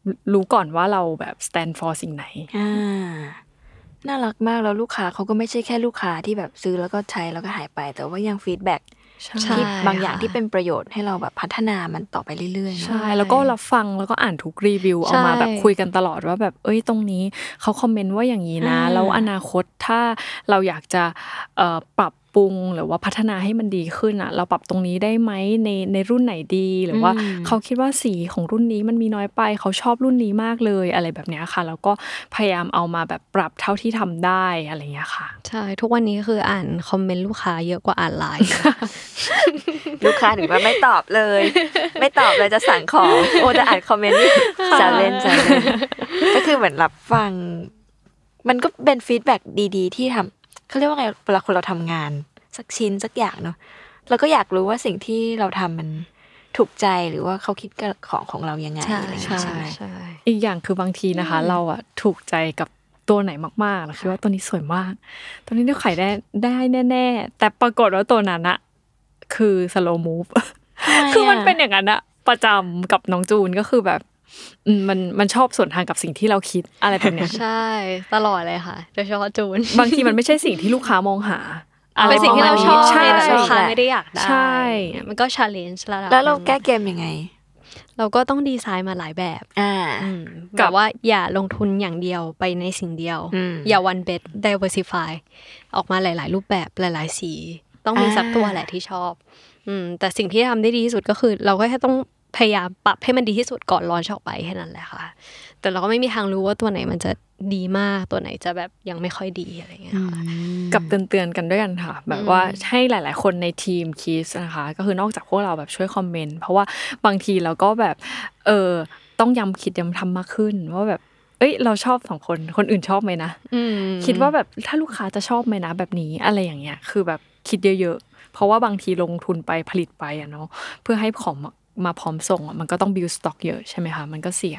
รู้ก่อนว่าเราแบบ stand for สิ่งไหนอ่าน่ารักมากแล้วลูกค้าเขาก็ไม่ใช่แค่ลูกค้าที่แบบซื้อแล้วก็ใช้แล้วก็หายไปแต่ว่ายังฟีดแบ็กที่บางอย่างที่เป็นประโยชน์ให้เราแบบพัฒนามันต่อไปเรื่อยๆใช่แล้วก็รับฟังแล้วก็อ่านทุกรีวิวเอามาแบบคุยกันตลอดว่าแบบเอ้ยตรงนี้เขาคอมเมนต์ว่าอย่างนี้นะแล้วอนาคตถ้าเราอยากจะเอ่อปรับปรุงหรือว่าพัฒนาให้มันดีขึ้นอ่ะเราปรับตรงนี้ได้ไหมในในรุ่นไหนดีหรือว่าเขาคิดว่าสีของรุ่นนี้มันมีน้อยไปเขาชอบรุ่นนี้มากเลยอะไรแบบนี้ค่ะแล้วก็พยายามเอามาแบบปรับเท่าที่ทำได้อะไรอย่างเงี้ยค่ะใช่ทุกวันนี้คืออ่านคอมเมนต์ลูกค้าเยอะกว่าอ่านไลน์ลูกค้าถึงว่าไม่ตอบเลยไม่ตอบเลยจะสั่งของโอ้จะอ่านคอมเมนต์นี่แซวเล่นแซวเล่นก็คือเหมือนรับฟังมันก็เป็นฟีดแบ็กดีๆที่ทำเขาเรียกว่าไงเวลาคนเราทำงานสักชิ้นสักอย่างเนาะเราก็อยากรู้ว่าสิ่งที่เราทำมันถูกใจหรือว่าเขาคิดกับของของเรายังไงอะไรอย่างเงี้ยใช่ไหมอีกอย่างคือบางทีนะคะเราอะถูกใจกับตัวไหนมากๆเราคิดว่าตัวนี้สวยมากตัวนี้เราขายได้ได้แน่ๆแต่ปรากฏว่าตัวนั้นอะคือ slow move คือมันเป็นอย่างนั้นอะประจำกับน้องจูนก็คือแบบมันมันชอบสวนทางกับสิ่งที่เราคิดอะไรแบบนี้ใช่ตลอดเลยค่ะโดยเฉพาะจูนบางทีมันไม่ใช่สิ่งที่ลูกค้ามองหาเป็นสิ่งที่เราชอบแต่ลูกค้าไม่ได้อยากได้ใช่มันก็ challenge ระดับแล้วเราแก้เกมยังไงเราก็ต้องดีไซน์มาหลายแบบอ่าแบบว่าอย่าลงทุนอย่างเดียวไปในสิ่งเดียวอย่า one bet diversify ออกมาหลายๆรูปแบบหลายๆสีต้องมีสักตัวแหละที่ชอบอืมแต่สิ่งที่ทำได้ดีที่สุดก็คือเราก็แค่ต้องพยายามปรับให้มันดีที่สุดก่อนลอนช์ออกไปแค่นั้นแหละค่ะแต่เราก็ไม่มีทางรู้ว่าตัวไหนมันจะดีมากตัวไหนจะแบบยังไม่ค่อยดีอะไรเงี้ยค่ะกับเตือนๆกันด้วยกันค่ะแบบว่าให้หลายๆคนในทีมคิสนะคะก็คือนอกจากพวกเราแบบช่วยคอมเมนต์เพราะว่าบางทีเราก็แบบเออต้องย้ำคิดย้ำทำมากขึ้นว่าแบบเอ้ยเราชอบสองคนคนอื่นชอบไหมนะคิดว่าแบบถ้าลูกค้าจะชอบไหมนะแบบนี้อะไรอย่างเงี้ยคือแบบคิดเยอะๆเพราะว่าบางทีลงทุนไปผลิตไปอะเนาะเพื่อให้ของมาพร้อมส่งมันก็ต้อง build stock เยอะใช่ไหมคะมันก็เสี่ยง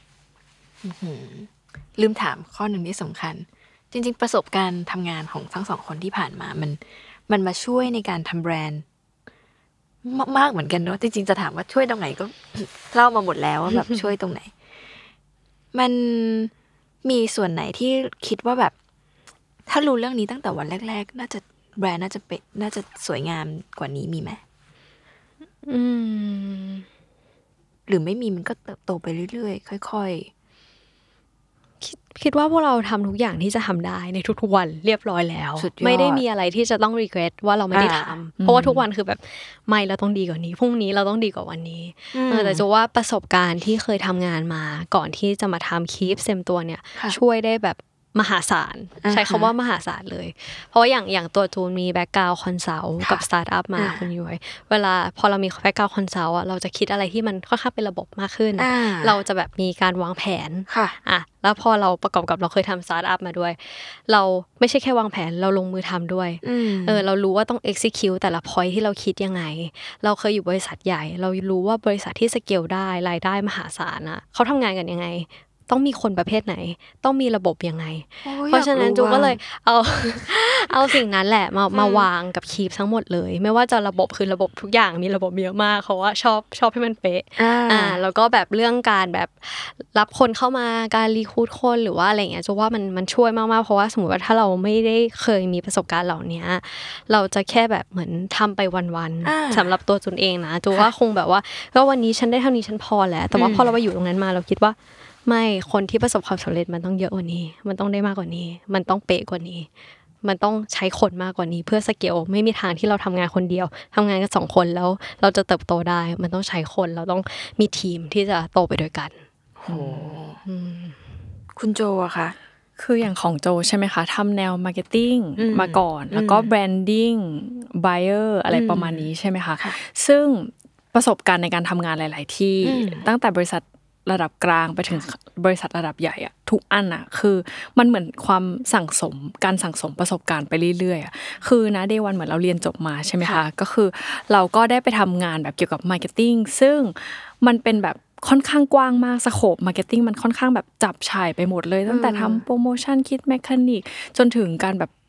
ลืมถามข้อหนึ่งที่สำคัญจริงๆประสบการณ์ทำงานของทั้งสองคนที่ผ่านมามันมันมาช่วยในการทำแบรนด์มากๆเหมือนกันเนาะจริงๆจะถามว่าช่วยตรงไหนก็เล่ามาหมดแล้วว่าแบบช่วยตรงไหนมันมีส่วนไหนที่คิดว่าแบบถ้ารู้เรื่องนี้ตั้งแต่วันแรกๆน่าจะแบรนด์น่าจะเป็นน่าจะสวยงามกว่านี้มีไหมอืมหรือไม่มีมันก็เติบโตไปเรื่อยๆค่อยๆคิดคิดว่าพวกเราทำทุกอย่างที่จะทำได้ในทุกๆวันเรียบร้อยแล้วไม่ได้มีอะไรที่จะต้อง regret ว่าเราไม่ได้ทำเพราะว่าทุกวันคือแบบไม่เราต้องดีกว่านี้พรุ่งนี้เราต้องดีกว่าวันนี้เออแต่จะว่าประสบการณ์ที่เคยทำงานมาก่อนที่จะมาทำคีฟเซมตัวเนี่ยช่วยได้แบบมหาศาลใช้คำว่ามหาศาลเลยเพราะว่าอย่างอย่างตัวจูนมีแบ็คกราวด์คอนซัลท์กับสตาร์ทอัพมาคุณยุ้ยเวลาพอเรามีแบ็คกราวด์คอนซัลท์อ่ะเราจะคิดอะไรที่มันค่อนข้างเป็นระบบมากขึ้นเราจะแบบมีการวางแผนอ่ะแล้วพอเราประกอบกับเราเคยทำสตาร์ทอัพมาด้วยเราไม่ใช่แค่วางแผนเราลงมือทำด้วยเออเรารู้ว่าต้อง execute แต่ละ point ที่เราคิดยังไงเราเคยอยู่บริษัทใหญ่เรารู้ว่าบริษัทที่สเกลได้รายได้มหาศาลอ่ะเขาทำงานกันยังไงต้องมีคนประเภทไหนต้องมีระบบยังไงเพราะฉะนั้นจูก็เลยเอาเอาสิ่งนั้นแหละมามาวางกับคีปทั้งหมดเลยไม่ว่าจะระบบคือระบบทุกอย่างมีระบบเยอะมากเพราะว่าชอบชอบให้มันเป๊ะอ่าแล้วก็แบบเรื่องการแบบรับคนเข้ามาการรีครูทคนหรือว่าอะไรเงี้ยจูว่ามันมันช่วยมากๆเพราะว่าสมมติว่าถ้าเราไม่ได้เคยมีประสบการณ์เหล่านี้เราจะแค่แบบเหมือนทำไปวันๆสำหรับตัวจูนเองนะจูว่าคงแบบว่าก็วันนี้ฉันได้เท่านี้ฉันพอแล้วแต่ว่าพอเราไปอยู่ตรงนั้นมาเราคิดว่าไม่คนที่ประสบความสำเร็จมันต้องเยอะกว่านี้มันต้องได้มากกว่านี้มันต้องเป๊ะกว่านี้มันต้องใช้คนมากกว่านี้เพื่อสเกลไม่มีทางที่เราทำงานคนเดียวทำงานกันสองคนแล้วเราจะเติบโตได้มันต้องใช้คนเราต้องมีทีมที่จะโตไปด้วยกันโหคุณโจอะคะคืออย่างของโจใช่ไหมคะทำแนวมาร์เก็ตติ้งมาก่อนแล้วก็แบรนดิ้งไบเออร์อะไรประมาณนี้ใช่ไหมคะซึ่งประสบการณ์ในการทำงานหลายๆที่ตั้งแต่บริษัทระดับกลางไปถึงบริษัทระดับใหญ่อะทุกอันอะคือมันเหมือนความสั่งสมการสั่งสมประสบการณ์ไปเรื่อยๆอะคือนะเดย์วันเหมือนเราเรียนจบมาใช่ไหมคะก็คือเราก็ได้ไปทำงานแบบเกี่ยวกับมาร์เก็ตติ้งซึ่งมันเป็นแบบค่อนข้างกว้างมากสโคปมาร์เก็ตติ้งมันค่อนข้างแบบจับฉ่ายไปหมดเลยตั้งแต่ทำโปรโมชั่นคิดแมคานิกจนถึงการแบบ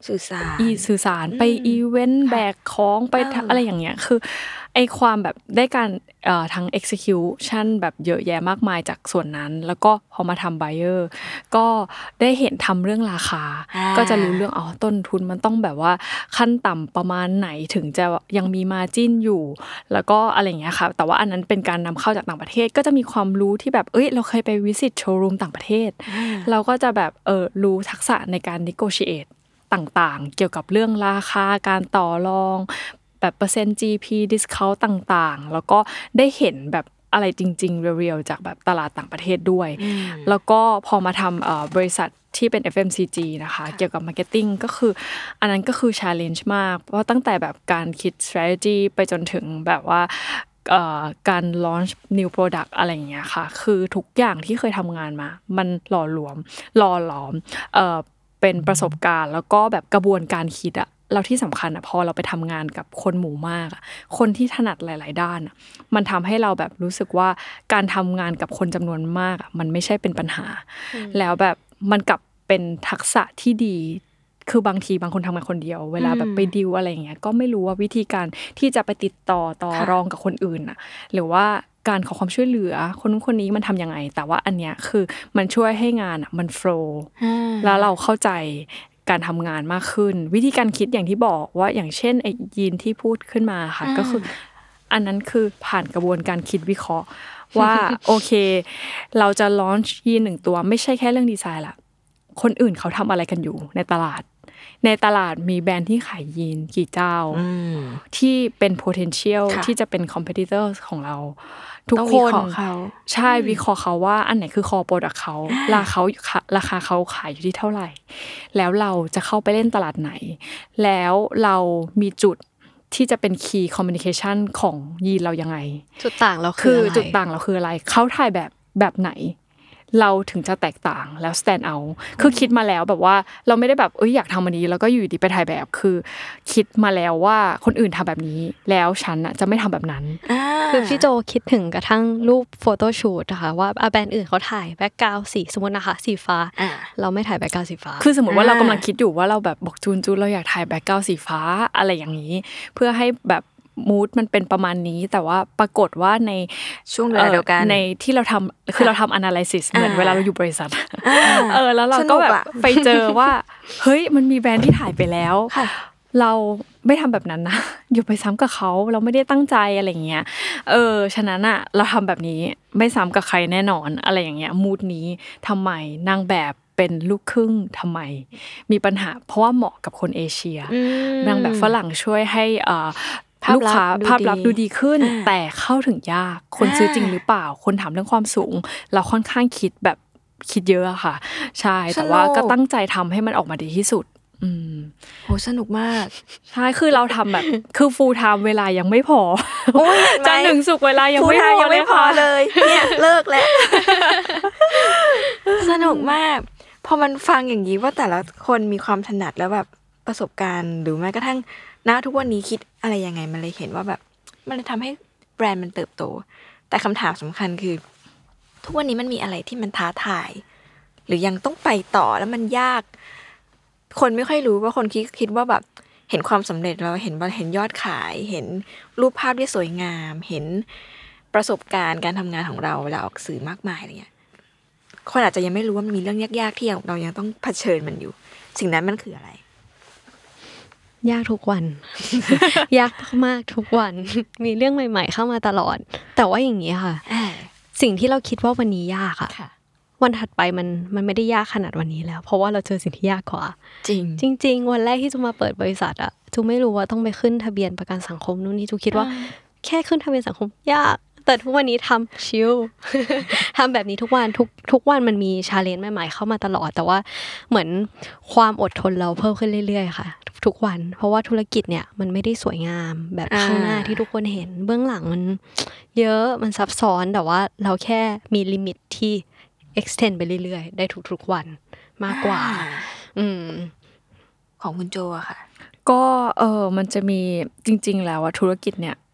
สื่อสารอีสื่อสารไปอีเวนต์แบกของไปอะไรอย่างเงี้ยคือไอความแบบได้การเอ่อทั้ง execution แบบเยอะแยะมากมายจากส่วนนั้นแล้วก็พอมาทำ buyer ก็ได้เห็นทำเรื่องราคาก็จะรู้เรื่องอ๋อต้นทุนมันต้องแบบว่าขั้นต่ำประมาณไหนถึงจะยังมี margin อยู่แล้วก็อะไรอย่างเงี้ยค่ะแต่ว่าอันนั้นเป็นการนำเข้าจากต่างประเทศก็จะมีความรู้ที่แบบเอ้ยเราเคยไป visit showroom ต่างประเทศเราก็จะแบบเออรู้ทักษะในการ negotiateต่างๆเกี่ยวกับเรื่องราคาการต่อรองแบบเปอร์เซ็นต์ จี พี discount ต่างๆแล้วก็ได้เห็นแบบอะไรจริงๆเรียลๆจากแบบตลาดต่างประเทศด้วยแล้วก็พอมาทำเอ่อบริษัทที่เป็น เอฟ เอ็ม ซี จี นะคะเกี่ยวกับ marketing ก็คืออันนั้นก็คือ challenge มากเพราะตั้งแต่แบบการคิด strategy ไปจนถึงแบบว่าการ launch new product อะไรอย่างเงี้ยค่ะคือทุกอย่างที่เคยทำงานมามันหล่อหลวมหล่อหลอมเอ่อเป็นประสบการณ์แล้วก็แบบกระบวนการคิดอะเราที่สำคัญอะพอเราไปทำงานกับคนหมู่มากอะคนที่ถนัดหลายๆด้านอะมันทำให้เราแบบรู้สึกว่าการทำงานกับคนจำนวนมากอะมันไม่ใช่เป็นปัญหาแล้วแบบมันกลับเป็นทักษะที่ดีคือบางทีบางคนทำงานคนเดียวเวลาแบบไปดีลอะไรอย่างเงี้ยก็ไม่รู้ว่าวิธีการที่จะไปติดต่อต่อรองกับคนอื่นอะหรือว่าการขอความช่วยเหลือคนนู้นคนนี้มันทำยังไงแต่ว่าอันเนี้ยคือมันช่วยให้งานอ่ะมันโฟล์แล้วเราเข้าใจการทำงานมากขึ้นวิธีการคิดอย่างที่บอกว่าอย่างเช่นไอ้ยีนที่พูดขึ้นมาค่ะก็คืออันนั้นคือผ่านกระบวนการคิดวิเคราะห์ว่าโอเคเราจะลอนช์ยีนหนึ่งตัวไม่ใช่แค่เรื่องดีไซน์ละคนอื่นเขาทำอะไรกันอยู่ในตลาดในตลาดมีแบรนด์ที่ขายยีนกี่เจ้าที่เป็น potential ที่จะเป็น competitor ของเราทุกคนใช่วิเคราะห์เขาว่าอันไหนคือ core product เขาราคาราคาเขาขายอยู่ที่เท่าไหร่แล้วเราจะเข้าไปเล่นตลาดไหนแล้วเรามีจุดที่จะเป็น key communication ของยีนเรายังไงจุดต่างเราคืออะไรจุดต่างเราคืออะไรเขาถ่ายแบบแบบไหนเราถึงจะแตกต่างแล้ว stand out คือคิดมาแล้วแบบว่าเราไม่ได้แบบเอ้ยอยากทำอันนี้แล้วก็อยู่ดีไปถ่ายแบบคือคิดมาแล้วว่าคนอื่นทำแบบนี้แล้วฉันน่ะจะไม่ทำแบบนั้นคือพี่โจคิดถึงกระทั่งรูปโฟโต้ชูตนะคะว่าแบรนด์อื่นเขาถ่ายแบ็คกราวด์สีสมมตินะคะสีฟ้าเราไม่ถ่ายแบ็คกราวด์สีฟ้าคือสมมติว่าเรากำลังคิดอยู่ว่าเราแบบบอกจูนจูนเราอยากถ่ายแบ็คกราวด์สีฟ้าอะไรอย่างนี้เพื่อให้แบบมูดมันเป็นประมาณนี้แต่ว่าปรากฏว่าในช่วงเวลาเดียวกันในที่เราทำคือเราทำ analysis เหมือนเวลาเราอยู่บริษัทเออแล้วเราก็แบบไปเจอว่าเฮ้ยมันมีแบรนด์ที่ถ่ายไปแล้วเราไม่ทำแบบนั้นนะอยู่ไปซ้ำกับเขาเราไม่ได้ตั้งใจอะไรเงี้ยเออฉะนั้นอ่ะเราทำแบบนี้ไม่ซ้ำกับใครแน่นอนอะไรอย่างเงี้ยมูดนี้ทำไมนางแบบเป็นลูกครึ่งทำไมมีปัญหาเพราะว่าเหมาะกับคนเอเชียนางแบบฝรั่งช่วยให้อ่าลูกค้าภาพลักษณ์ดูดีขึ้นแต่เข้าถึงยากคนซื้อจริงหรือเปล่าคนถามเรื่องความสูงเราค่อนข้างคิดแบบคิดเยอะค่ะใช่แต่ว่าก็ตั้งใจทำให้มันออกมาดีที่สุดอืมโหสนุกมากใช่คือเราทำแบบคือ full time เวลายังไม่พอจันทร์ถึงศุกร์เวลายังไม่พอเลยค่ะเลยเนี่ยเลิกแล้วสนุกมากพอมันฟังอย่างนี้ว่าแต่ละคนมีความถนัดแล้วแบบประสบการณ์หรือแม้กระทั่งณทุกวันนี้คิดอะไรยังไงมันเลยเห็นว่าแบบมันเลยทำให้แบรนด์มันเติบโตแต่คำถามสำคัญคือทุกวันนี้มันมีอะไรที่มันท้าทายหรือยังต้องไปต่อแล้วมันยากคนไม่ค่อยรู้ว่าคนคิดคิดว่าแบบเห็นความสำเร็จเราเห็นเห็นยอดขายเห็นรูปภาพที่สวยงามเห็นประสบการณ์การทำงานของเราเวลาออกสื่อมากมายอะไรเงี้ยคนอาจจะยังไม่รู้ว่ามันมีเรื่องยากๆที่เรายังต้องเผชิญมันอยู่สิ่งนั้นมันคืออะไรยากทุกวัน ยากมากทุกวันมีเรื่องใหม่ๆเข้ามาตลอดแต่ว่าอย่างนี้ค่ะสิ่งที่เราคิดว่าวันนี้ยากอะวันถัดไปมันมันไม่ได้ยากขนาดวันนี้แล้วเพราะว่าเราเจอสิ่งที่ยากกว่าจริงจริงๆวันแรกที่จูมาเปิดบริษัทอะจูไม่รู้ว่าต้องไปขึ้นทะเบียนประกันสังคมนู่นนี่จูคิดว่าแค่ขึ้นทะเบียนสังคมยากแต่ทุกวันนี้ทำชิล ทำแบบนี้ทุกวันทุกทุกวันมันมีชาเลนจ์ใหม่ๆเข้ามาตลอดแต่ว่าเหมือนความอดทนเราเพิ่มขึ้นเรื่อยๆค่ะทุกวันเพราะว่าธุรกิจเนี่ยมันไม่ได้สวยงามแบบข้างหน้าที่ทุกคนเห็นเบื้องหลังมันเยอะมันซับซ้อนแต่ว่าเราแค่มีลิมิตที่ extend ไปเรื่อยๆได้ทุกๆวันมากกว่าอืมของคุณโจอะค่ะก็เออมันจะมีจริงๆแล้วธุรกิจเนี่ย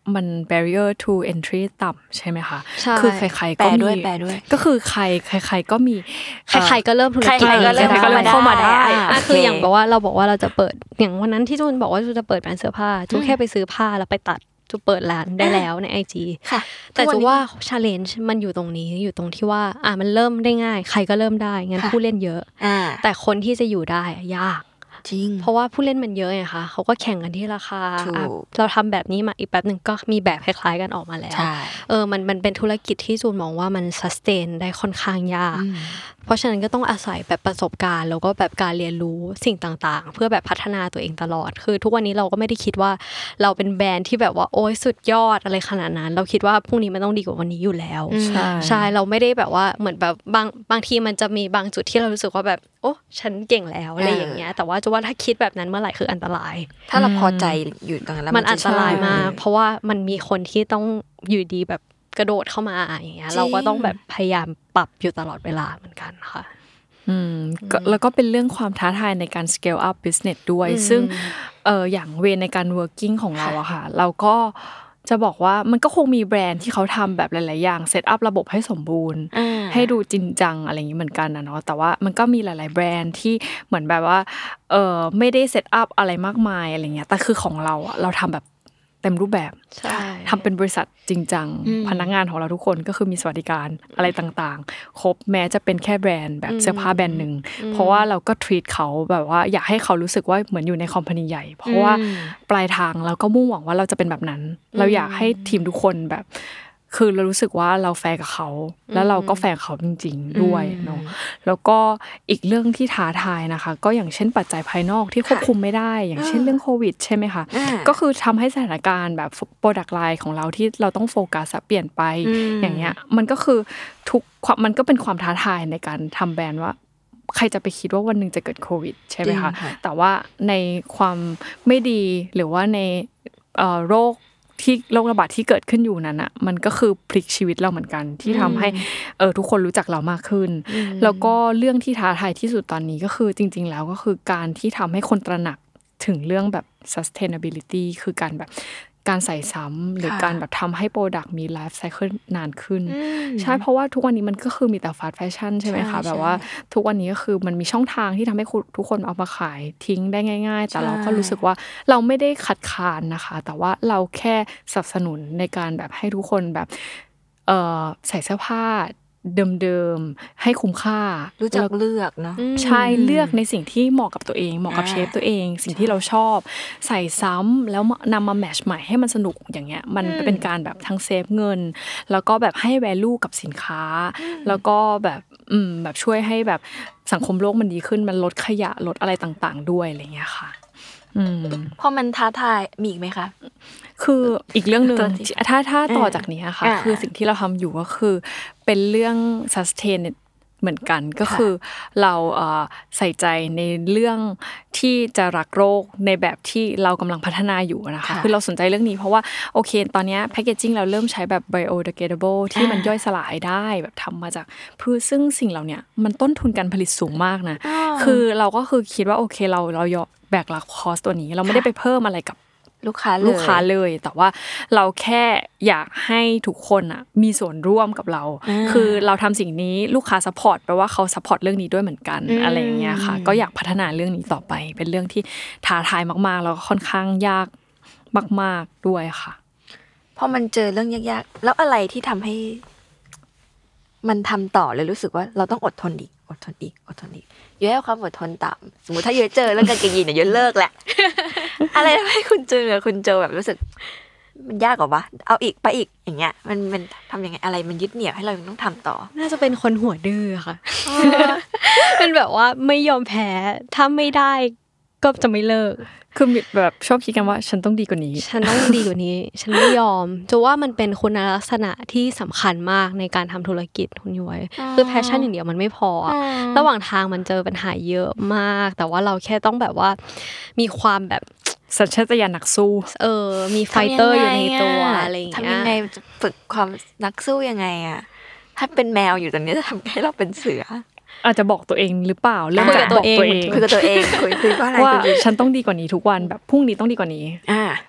มัน barrier to entry ต่ำใช่ไหมคะใช่คือใครๆแปก็ลด้มีวยแปลด้วยก็คือใครใครๆก็มีใครๆก็เริ่มธุรกิจใครๆก็เริ่มใครๆก็เริ่มเข้ามาได้อ่ะอ่ะโอเคคืออย่างแบบว่าเราบอกว่าเราจะเปิดอย่างวันนั้นที่จูนบอกว่าจูนจะเปิดร้านเสื้อผ้าจูนแค่ไปซื้อผ้าแล้วไปตัดจูนเปิดร้านได้แล้วใน ไอ จีค่ะแต่จูนว่า challenge มันอยู่ตรงนี้อยู่ตรงที่ว่าอ่ะมันเริ่มได้ง่ายใครก็เริ่มได้งั้นค่ะผู้เล่นเยอะอ่าแต่คนที่จะอยู่ได้อะยากจริงเพราะว่าผู้เล่นมันเยอะไงคะเขาก็แข่งกันที่ราคาถูกอ่ะเราทำแบบนี้มาอีกแป๊บหนึ่งก็มีแบบคล้ายๆกันออกมาแล้วใช่เออมันมันเป็นธุรกิจที่จูนมองว่ามัน sustain ได้ค่อนข้างยากอืมเพราะฉะนั้นก็ต้องอาศัยแบบประสบการณ์แล้วก็แบบการเรียนรู้สิ่งต่างๆ เพื่อแบบพัฒนาตัวเองตลอดคือทุกวันนี้เราก็ไม่ได้คิดว่าเราเป็นแบรนด์ที่แบบว่าโอ๊ยสุดยอดอะไรขนาดนั้น เราคิดว่าพรุ่งนี้มันต้องดีกว่าวันนี้อยู่แล้วอืมใช่ใช่เราไม่ได้แบบว่าเหมือนแบบบางบางทีมันจะมีบางจุดที่เรารู้สึกว่าแบบโอ้ฉันเก่งแล้วอะไรอย่างเงี้ยแต่ว่าจะว่าถ้าคิดแบบนั้นเมื่อไหร่คืออันตรายถ้าเราพอใจอยู่ตรงนั้นแล้วมันอันตรายมากจะเพราะว่ามันมีคนที่ต้องอยู่ดีแบบกระโดดเข้ามาอย่างเงี้ยจริงเราก็ต้องแบบพยายามปรับอยู่ตลอดเวลาเหมือนกันค่ะอืมก็แล้วก็เป็นเรื่องความท้าทายในการ scale up business ด้วย ซึ่งเอออย่างเวในการ working ของเราอะค่ะ เราก็จะบอกว่ามันก็คงมีแบรนด์ที่เขาทำแบบหลายๆอย่าง set up ระบบให้สมบูรณ์อ่าให้ดูจริงจังอะไรอย่างนี้เหมือนกันนะเนาะแต่ว่ามันก็มีหลายๆแบรนด์ที่เหมือนแบบว่าเออไม่ได้ set up อะไรมากมายอะไรเงี้ยแต่คือของเราอะเราทำแบบเต็มรูปแบบใช่ทำเป็นบริษัทจริงจังอืมพนักงานของเราทุกคนก็คือมีสวัสดิการอะไรต่างๆ ครบแม้จะเป็นแค่แบรนด์แบบเสื้อผ้าแบรนด์หนึ่งเพราะว่าเราก็ treat เขาแบบว่าอยากให้เขารู้สึกว่าเหมือนอยู่ในคอมพานีใหญ่ เพราะว่าปลายทางเราก็มุ่งหวังว่าเราจะเป็นแบบนั้น เราอยากให้ทีมทุกคนแบบ คือเรารู้สึกว่าเราแฟร์กับเขา แล้วเราก็แฟร์กับเขาจริงๆด้วยเนาะแล้วก็อีกเรื่องที่ท้าทายนะคะ ก็อย่างเช่นปัจจัยภายนอกที่ควบคุมไม่ได้ อย่างเช่นเรื่องโควิดใช่ไหมคะอ่าก็คือทำให้สถานการณ์แบบโปรดักต์ไลน์ของเราที่เราต้องโฟกัสอะเปลี่ยนไปอืมอย่างเงี้ยมันก็คือทุกความมันก็เป็นความท้าทายในการทำแบรนด์ว่า ใครจะไปคิดว่าวันหนึ่งจะเกิดโควิดใช่ไหมคะจริงค่ะแต่ว่าในความไม่ดีหรือว่าในเอ่อโรคที่โรคระบาดที่เกิดขึ้นอยู่นั้นอ่ะมันก็คือพลิกชีวิตเราเหมือนกันที่ทำให้เออทุกคนรู้จักเรามากขึ้น แล้วก็เรื่องที่ท้าทายที่สุดตอนนี้ก็คือจริงๆแล้วก็คือการที่ทำให้คนตระหนักถึงเรื่องแบบ sustainability คือการแบบการใส่ซ้ำหรือค่ะการแบบทำให้โปรดักต์มีไลฟ์ไซเคิลนานขึ้นอืมใช่เพราะว่าทุกวันนี้มันก็คือมีแต่ฟาสต์แฟชั่นใช่ไหมใช่คะแบบใช่ว่าทุกวันนี้ก็คือมันมีช่องทางที่ทำให้คุณทุกคนเอามาขายทิ้งได้ง่าย ๆ แต่ใช่เราก็รู้สึกว่าเราไม่ได้ขัดขานนะคะ แต่ว่าเราแค่สนับสนุนในการแบบให้ทุกคนแบบเอ่อใส่เสื้อผ้าเดิมๆให้คุ้มค่ารู้จักแล้วเลือกเนาะใช่เลือกในสิ่งที่เหมาะกับตัวเองเหมาะกับอ่าเชฟตัวเอง สิ่งที่เราชอบ ใส่ซ้ำแล้วนำมาแมทช์ใหม่ให้มันสนุกอย่างเงี้ยมันเป็นการแบบทั้งเซฟเงิน แล้วก็แบบให้ value กับสินค้า แล้วก็แบบอืมแบบช่วยให้แบบสังคมโลกมันดีขึ้นมันลดขยะลดอะไรต่างๆด้วยอะไรเงี้ยค่ะอืมพอมันท้าทายมีอีกไหมคะคืออีกเรื่องหนึ่งตัวที่ถ้าถ้าต่อจากนี้ค่ะอ่าคือสิ่งที่เราทำอยู่ก็คือเป็นเรื่อง sustain เหมือนกันก็คือเราเอ่อใส่ใจในเรื่องที่จะรักโลกในแบบที่เรากำลังพัฒนาอยู่นะคะค่ะคือเราสนใจเรื่องนี้เพราะว่าโอเคตอนนี้แพคเกจิ้งเราเริ่มใช้แบบ biodegradable ที่มันย่อยสลายได้แบบทำมาจากพืชซึ่งสิ่งเหล่านี้มันต้นทุนการผลิตสูงมากนะคือเราก็คือคิดว่าโอเคเราเราแบกรับคอสตัวนี้เราไม่ได้ไปเพิ่มอะไรกับลูกค้าเลยลูกค้าเลยแต่ว่าเราแค่อยากให้ทุกคนอ่ะมีส่วนร่วมกับเรา คือเราทำสิ่งนี้ลูกค้าซัพพอร์ตแปลว่าเขาซัพพอร์ตเรื่องนี้ด้วยเหมือนกันอะไรอย่างเงี้ยค่ะก็อยากพัฒนาเรื่องนี้ต่อไปเป็นเรื่องที่ท้าทายมากๆแล้วก็ค่อนข้างยากมากๆด้วยค่ะพอมันเจอเรื่องยากๆแล้วอะไรที่ทำให้ มันทำต่อเลยรู้สึกว่าเราต้องอดทนอีกอดทนอีกอดทนอีกเยอะให้ความอดทนต่ำสมมติถ้าเยอะเจอเรื่องกางเกงยีนเนี่ยเยอะเลิกแหละ อะไรทำให้คุณเจอคุณเจอแบบรู้สึก มันยากกว่าปะเอาอีกไปอีกอย่างเงี้ย มันมันทำยังไงอะไรมันยึดเหนี่ยวให้เรายังต้องทำต่อน่าจะเป็นคนหัวดื้อค่ะ เป็นแบบว่าไม่ยอมแพ้ถ้าไม่ได้ก็จะไม่เลิกคือแบบชอบคิดกันว่าฉันต้องดีกว่านี้ฉันต้องดีกว่านี้ ฉันไม่ยอมจะว่ามันเป็นคุณลักษณะที่สำคัญมากในการทำธุรกิจคุณย้อยคือแพชชั่นอย่างเดียวมันไม่พออะระหว่างทางมันเจอปัญหาเยอะมาก แต่ว่าเราแค่ต้องแบบว่ามีความแบบสัญชาตญาณนักสู้เออมีไฟเตอร์อยู่ในตัวอะไรอย่างเงี้ทำยัยงไงจะฝึกความนักสู้ยังไงอะถ้าเป็นแมวอยู่ตรงนี้จะทำให้เราเป็นเสืออาจจะบอกตัวเองหรือเปล่าเริ่มจากบอกตัวเองคุยกับตัวเองคุยคุยว่าอะไรว่าคุยฉันต้องดีกว่านี้ทุกวันแบบพรุ่งนี้ต้องดีกว่านี้อ่า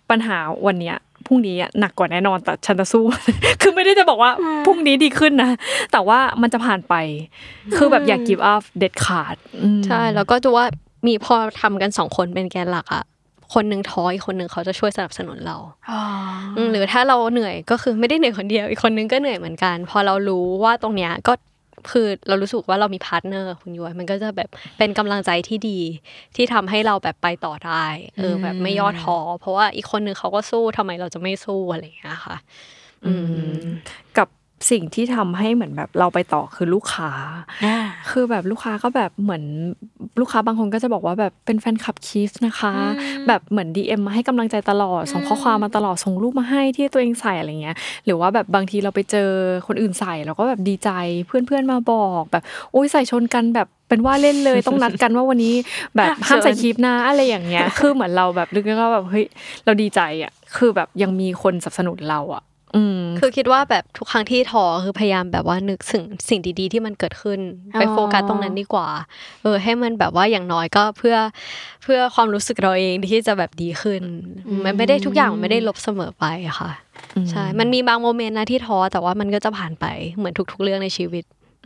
ปัญหาวันเนี้ยพรุ่งนี้อ่ะหนักกว่าแน่นอนแต่ฉันจะสู้ คือไม่ได้จะบอกว่าพรุ่งนี้ดีขึ้นนะแต่ว่ามันจะผ่านไปคือแบบอย่า give up เด็ดขาดใช่แล้วก็จะว่ามีพอทำกันสองคนเป็นแกนหลักอ่ะคนนึงท้ออีกคนนึงเขาจะช่วยสนับสนุนเราหรือถ้าเราเหนื่อยก็คือไม่ได้เหนื่อยคนเดียวอีกคนนึงก็เหนื่อยเหมือนกันพอเรารู้ว่าตรงเนี้ยก็คือเรารู้สึกว่าเรามีพาร์ทเนอร์คุณย้อยมันก็จะแบบเป็นกำลังใจที่ดีที่ทำให้เราแบบไปต่อได้เออแบบไม่ย่อท้อเพราะว่าอีกคนนึงเขาก็สู้ทำไมเราจะไม่สู้อะไรอย่างเงี้ยค่ะอืมกับสิ่งที่ทำให้เหมือนแบบเราไปต่อคือลูกค้าคือแบบลูกค้าก็แบบเหมือนลูกค้าบางคนก็จะบอกว่าแบบเป็นแฟนคลับคีฟนะคะแบบเหมือน ดี เอ็ม มาให้กำลังใจตลอดส่งข้อความมาตลอดส่งรูปมาให้ที่ตัวเองใส่อะไรเงี้ยหรือว่าแบบบางทีเราไปเจอคนอื่นใส่เราก็แบบดีใจเพื่อนๆมาบอกแบบโอ๊ยใส่ชนกันแบบเป็นว่าเล่นเลยต้องนัดกันว่าวันนี้แบบห้ามใส่คีฟนะอะไรอย่างเงี้ยคือเหมือนเราแบบลึกๆก็แบบเฮ้ยเราดีใจอ่ะคือแบบยังมีคนสนับสนุนเราอ่ะคือคิดว่าแบบทุกครั้งที่ท้อคือพยายามแบบว่านึกถึงสิ่งดีๆที่มันเกิดขึ้นไปโฟกัสตรงนั้นดีกว่าเออให้มันแบบว่าอย่างน้อยก็เพื่อเพื่อความรู้สึกเราเองที่จะแบบดีขึ้นมันไม่ได้ทุกอย่างไม่ได้ลบเสมอไปค่ะใช่มันมีบางโมเมนต์นะที่ท้อแต่ว่ามันก็จะผ่านไปเหมือนทุกๆเรื่องในชีวิต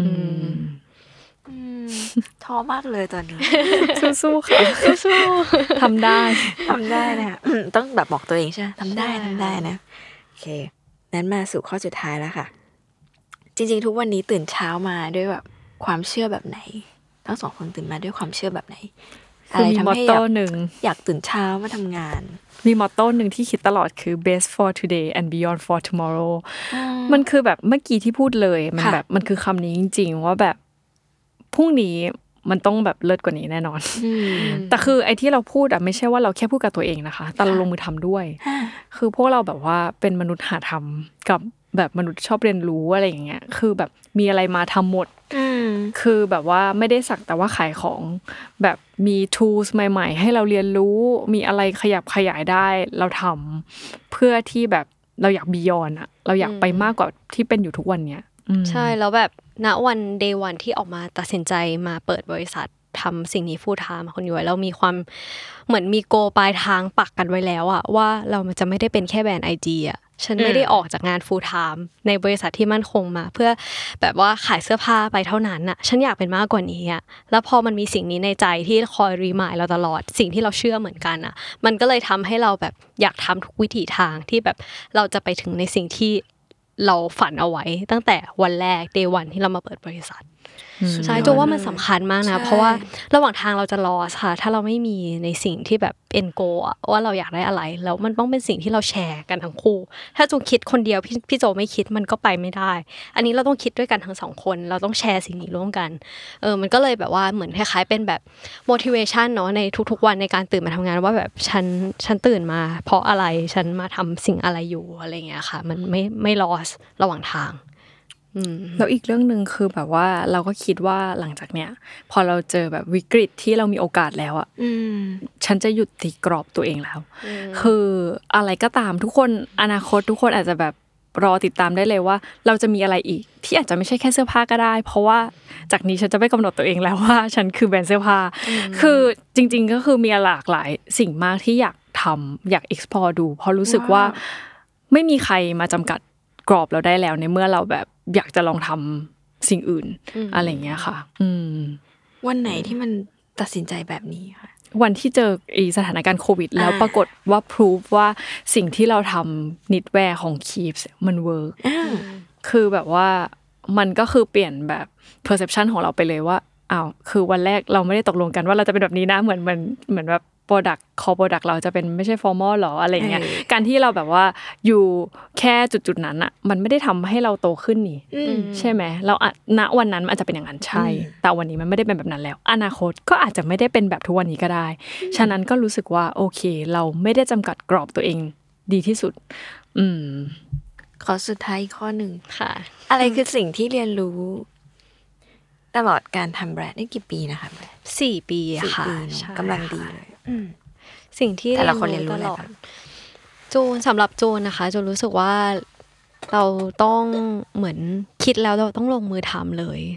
ท้อมากเลยตอนนี้สู้ๆค่ะสู้ๆทำได้ทำได้นะต้องแบบบอกตัวเองใช่ไหมทำได้ทำได้นะโอเคนั้นมาสู่ข้อสุดท้ายแล้วค่ะจริงๆทุกวันนี้ตื่นเช้ามาด้วยแบบความเชื่อแบบไหนทั้งสองคนตื่นมาด้วยความเชื่อแบบไหนอะไรทำให้อยากอยากตื่นเช้ามาทำงานมีมอตโต้หนึ่งที่คิดตลอดคือ best for today and beyond for tomorrow มันคือแบบเมื่อกี้ที่พูดเลยมันแบบมันคือคำนี้จริงๆว่าแบบพรุ่งนี้มันต้องแบบเลิศกว่านี้แน่นอนแต่คือไอ้ที่เราพูดอ่ะไม่ใช่ว่าเราแค่พูดกับตัวเองนะคะแต่เราลงมือทำด้วยคือพวกเราแบบว่าเป็นมนุษย์หาทำกับแบบมนุษย์ชอบเรียนรู้อะไรอย่างเงี้ยคือแบบมีอะไรมาทำหมดคือแบบว่าไม่ได้สักแต่ว่าขายของแบบมี tools ใหม่ๆให้เราเรียนรู้มีอะไรขยับขยายได้เราทำเพื่อที่แบบเราอยาก beyond อ่ะเราอยากไปมากกว่าที่เป็นอยู่ทุกวันเนี้ยใช่แล้วแบบณวัน day one ที่ออกมาตัดสินใจมาเปิดบริษัททำสิ่งนี้ฟูลไทม์คนอยู่แล้วมีความเหมือนมีโกปลายทางปักกันไว้แล้วอะว่าเราจะไม่ได้เป็นแค่แบรนด์ ไอ จี อะฉันไม่ได้ออกจากงานฟูลไทม์ในบริษัทที่มั่นคงมาเพื่อแบบว่าขายเสื้อผ้าไปเท่านั้นอะฉันอยากเป็นมากกว่านี้อะแล้วพอมันมีสิ่งนี้ในใจที่คอยรีมายเราตลอดสิ่งที่เราเชื่อเหมือนกันอะมันก็เลยทำให้เราแบบอยากทำทุกวิถีทางที่แบบเราจะไปถึงในสิ่งที่เราฝันเอาไว้ตั้งแต่วันแรก day one ที่เรามาเปิดบริษัทใช่โจว่ามันสำคัญมากนะเพราะว่าระหว่างทางเราจะลอสค่ะถ้าเราไม่มีในสิ่งที่แบบเอ็นโกะว่าเราอยากได้อะไรแล้วมันต้องเป็นสิ่งที่เราแชร์กันทั้งคู่ถ้าโจคิดคนเดียวพี่พี่โจไม่คิดมันก็ไปไม่ได้อันนี้เราต้องคิดด้วยกันทั้งสองคนเราต้องแชร์สิ่งนี้ร่วมกันเออมันก็เลยแบบว่าเหมือนคล้ายๆเป็นแบบ motivation เนาะในทุกๆวันในการตื่นมาทำงานว่าแบบฉันฉันตื่นมาเพราะอะไรฉันมาทำสิ่งอะไรอยู่อะไรเงี้ยค่ะมันไม่ไม่ลอสระหว่างทางแล้วอีกเรื่องนึงคือแบบว่าเราก็คิดว่าหลังจากเนี้ยพอเราเจอแบบวิกฤตที่เรามีโอกาสแล้วอ่ะฉันจะหยุดตีกรอบตัวเองแล้วคืออะไรก็ตามทุกคนอนาคตทุกคนอาจจะแบบรอติดตามได้เลยว่าเราจะมีอะไรอีกที่อาจจะไม่ใช่แค่เสื้อผ้าก็ได้เพราะว่าจากนี้ฉันจะไม่กำหนดตัวเองแล้วว่าฉันคือแบรนด์เสื้อผ้าคือจริงๆก็คือมีหลากหลายสิ่งมากที่อยากทำอยาก explore ดูเพราะรู้สึกว่าไม่มีใครมาจำกัดกรอบเราได้แล้วในเมื่อเราแบบอยากจะลองทำสิ่งอื่นอะไรอย่างเงี้ยค่ะวันไหนที่มันตัดสินใจแบบนี้ค่ะวันที่เจอสถานการณ์โควิดแล้วปรากฏว่าพรูฟว่าสิ่งที่เราทำนิดแวร์ของ Keeps มันเวิร์กคือแบบว่ามันก็คือเปลี่ยนแบบ perception ของเราไปเลยว่าอ้าวคือวันแรกเราไม่ได้ตกลงกันว่าเราจะเป็นแบบนี้นะเหมือนเหมือนเหมือนแบบ product core product เราจะเป็นไม่ใช่ formal หรออะไรเงี้ยการที่เราแบบว่าอยู่แค่จุดๆนั้นอ่ะมันไม่ได้ทำให้เราโตขึ้นนี่ใช่ไหมเราณวันนั้นมันอาจจะเป็นอย่างนั้นใช่แต่วันนี้มันไม่ได้เป็นแบบนั้นแล้วอนาคตก็อาจจะไม่ได้เป็นแบบทุกวันนี้ก็ได้ฉะนั้นก็รู้สึกว่าโอเคเราไม่ได้จำกัดกรอบตัวเองดีที่สุดอืมขอสุดท้ายข้อหนึ่งค่ะอะไรคือสิ่งที่เรียนรู้ตลอดการทำแบรนด์ได้กี่ปีนะคะสี่ปีค่ะกำลังดีเลยสิ่งที่แต่ละคนเรียนรู้ตลอดจูนสำหรับจูนนะคะจูนรู้สึกว่าเราต้องเหมือนคิดแล้วเราต้องลงมือทำเลย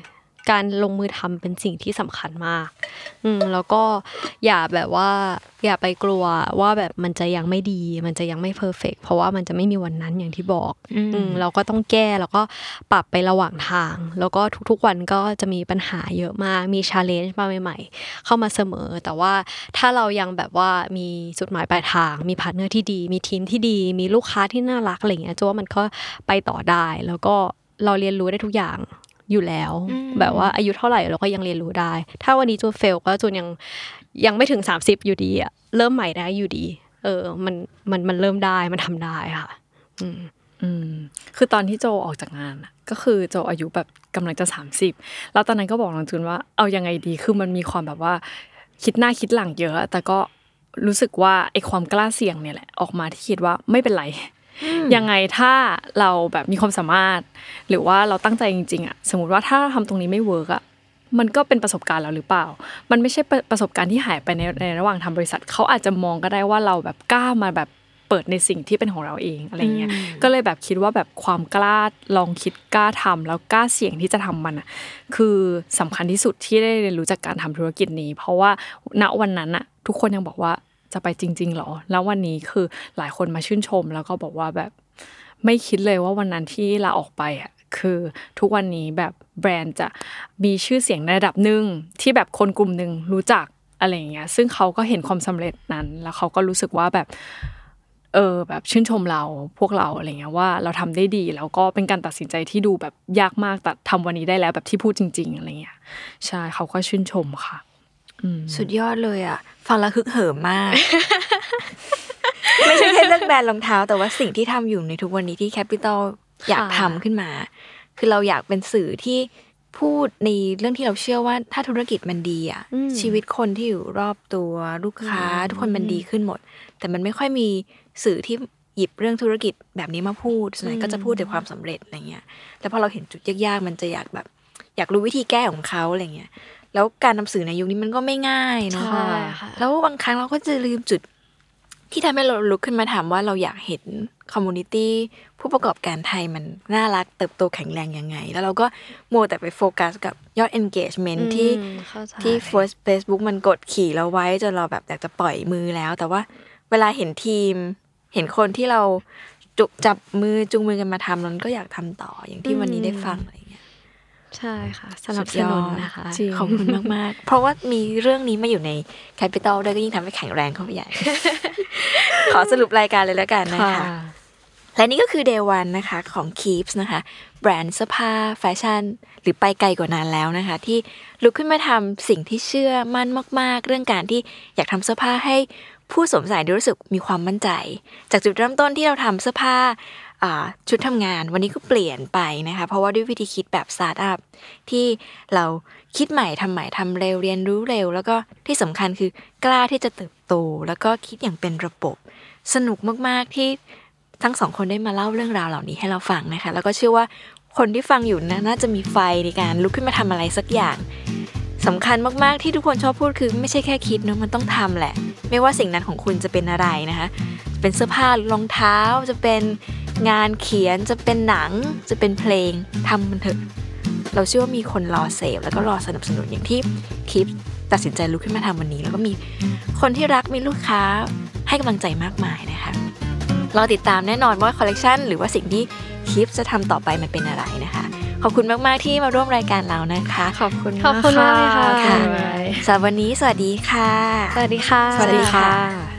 การลงมือทำเป็นสิ่งที่สำคัญมากอืมแล้วก็อย่าแบบว่าอย่าไปกลัวว่าแบบมันจะยังไม่ดีมันจะยังไม่เพอร์เฟกต์เพราะว่ามันจะไม่มีวันนั้นอย่างที่บอกอืมเราก็ต้องแก้แล้วก็ปรับไประหว่างทางแล้วก็ทุกๆวันก็จะมีปัญหาเยอะมากมี challenge มาใหม่ๆเข้ามาเสมอแต่ว่าถ้าเรายังแบบว่ามีจุดหมายปลายทางมีพาร์ทเนอร์ที่ดีมีทีมที่ดีมีลูกค้าที่น่ารักอะไรเงี้ยจูว่ามันก็ไปต่อได้แล้วก็เราเรียนรู้ได้ทุกอย่างอยู่แล้วแบบว่าอายุเท่าไหร่เราก็ยังเรียนรู้ได้ถ้าวันนี้จูเฟลก็จูยังยังไม่ถึงสามสิบอยู่ดีอะเริ่มใหม่ได้อยู่ดีเออมันมันมันเริ่มได้มันทำได้ค่ะอืมอืมคือตอนที่โจออกจากงานก็คือโจอายุแบบกำลังจะสามสิบแล้วตอนนั้นก็บอกน้องจูนว่าเอายังไงดีคือมันมีความแบบว่าคิดหน้าคิดหลังเยอะแต่ก็รู้สึกว่าไอ้ความกล้าเสี่ยงเนี่ยแหละออกมาที่คิดว่าไม่เป็นไรยังไงถ้าเราแบบมีความสามารถหรือว่าเราตั้งใจจริงๆอ่ะสมมติว่าถ้าทำตรงนี้ไม่เวิร์กอ่ะมันก็เป็นประสบการณ์เราหรือเปล่ามันไม่ใช่ประสบการณ์ที่หายไปในในระหว่างทำบริษัทเขาอาจจะมองก็ได้ว่าเราแบบกล้ามาแบบเปิดในสิ่งที่เป็นของเราเองอะไรเงี้ยก็เลยแบบคิดว่าแบบความกล้าลองคิดกล้าทำแล้วกล้าเสี่ยงที่จะทำมันอ่ะคือสำคัญที่สุดที่ได้เรียนรู้จากการทำธุรกิจนี้เพราะว่าณวันนั้นอ่ะทุกคนยังบอกว่าจะไปจริงๆหรอแล้ววันนี้คือหลายคนมาชื่นชมแล้วก็บอกว่าแบบไม่คิดเลยว่าวันนั้นที่ลาออกไปอ่ะคือทุกวันนี้แบบแบรนด์จะมีชื่อเสียงในระดับหนึ่งที่แบบคนกลุ่มนึงรู้จักอะไรอย่างเงี้ยซึ่งเขาก็เห็นความสำเร็จนั้นแล้วเขาก็รู้สึกว่าแบบเออแบบชื่นชมเราพวกเราอะไรเงี้ยว่าเราทำได้ดีแล้วก็เป็นการตัดสินใจที่ดูแบบยากมากแต่ทำวันนี้ได้แล้วแบบที่พูดจริงๆอะไรเงี้ยใช่เขาก็ชื่นชมค่ะสุดยอดเลยอ่ะฟังแล้วฮึกเหิมมาก ไม่ใช่แค่เรื่องแบรนด์รองเท้าแต่ว่าสิ่งที่ทำอยู่ในทุกวันนี้ที่ Capital อยากทำขึ้นมาคือเราอยากเป็นสื่อที่พูดในเรื่องที่เราเชื่อว่าถ้าธุรกิจมันดีอ่ะชีวิตคนที่อยู่รอบตัวลูกค้าทุกคนมันดีขึ้นหมดแต่มันไม่ค่อยมีสื่อที่หยิบเรื่องธุรกิจแบบนี้มาพูดส่วนใหญ่ก็จะพูดแต่ความสำเร็จอะไรเงี้ยแล้วพอเราเห็นจุดยากๆมันจะอยากแบบอยากรู้วิธีแก้ของเขาอะไรเงี้ยแล้วการนำสื่อในยุคนี้มันก็ไม่ง่ายเนาะแล้วบางครั้งเราก็จะลืมจุดที่ทำให้เราลุกขึ้นมาถามว่าเราอยากเห็นคอมมูนิตี้ผู้ประกอบการไทยมันน่ารักเติบโตแข็งแรงยังไงแล้วเราก็โมแต่ไปโฟกัสกับยอด engagement ที่ที่ first Facebook มันกดขี่เราไว้จนเราแบบอยากจะปล่อยมือแล้วแต่ว่าเวลาเห็นทีมเห็นคนที่เราจุจับมือจุงมือกันมาทำมันก็อยากทำต่ออย่างที่วันนี้ได้ฟังอะไรอย่างเงี้ยใช่ค่ะสนับสนุนนะคะขอบคุณมากๆเพราะว่ามีเรื่องนี้มาอยู่ใน Capital ด้วยก็ยิ่งทำให้แข็งแรงเข้าไปใหญ่ ขอสรุปรายการเลยแล้วกันนะคะและนี่ก็คือ Day วันนะคะของ Keeps นะคะแบรนด์เสื้อผ้าแฟชั่นหรือไปไกลกว่านั้นแล้วนะคะที่ลุกขึ้นมาทำสิ่งที่เชื่อมั่นมากๆเรื่องการที่อยากทำเสื้อผ้าให้ผู้สวมใส่รู้สึกมีความมั่นใจจากจุดเริ่มต้นที่เราทำเสื้อผ้าชุดทำงานวันนี้ก็เปลี่ยนไปนะคะเพราะว่าด้วยวิธีคิดแบบสตาร์ทอัพที่เราคิดใหม่ทำใหม่ทำเร็วเรียนรู้เร็วแล้วก็ที่สำคัญคือกล้าที่จะเติบโตแล้วก็คิดอย่างเป็นระบบสนุกมากๆที่ทั้งสองคนได้มาเล่าเรื่องราวเหล่านี้ให้เราฟังนะคะแล้วก็เชื่อว่าคนที่ฟังอยู่นะน่าจะมีไฟในการลุกขึ้นมาทำอะไรสักอย่างสำคัญมากๆที่ทุกคนชอบพูดคือไม่ใช่แค่คิดเนอะมันต้องทำแหละไม่ว่าสิ่งนั้นของคุณจะเป็นอะไรนะคะจะเป็นเสื้อผ้ารองเท้าจะเป็นงานเขียนจะเป็นหนังจะเป็นเพลงทำมันเถอะเราเชื่อว่ามีคนรอเสพแล้วก็รอสนับสนุนอย่างที่คิดตัดสินใจลุกขึ้นมาทำวันนี้แล้วก็มีคนที่รักมีลูกค้าให้กำลังใจมากมายนะคะรอติดตามแน่นอนว่าคอลเลกชันหรือว่าสิ่งที่คิดจะทำต่อไปมันเป็นอะไรนะคะขอบคุณมากๆที่มาร่วมรายการเรานะคะขอบคุณขอบคุณมากเลยค่ะสำหรับวันนี้สวัสดีค่ะสวัสดีค่ะสวัสดีค่ะ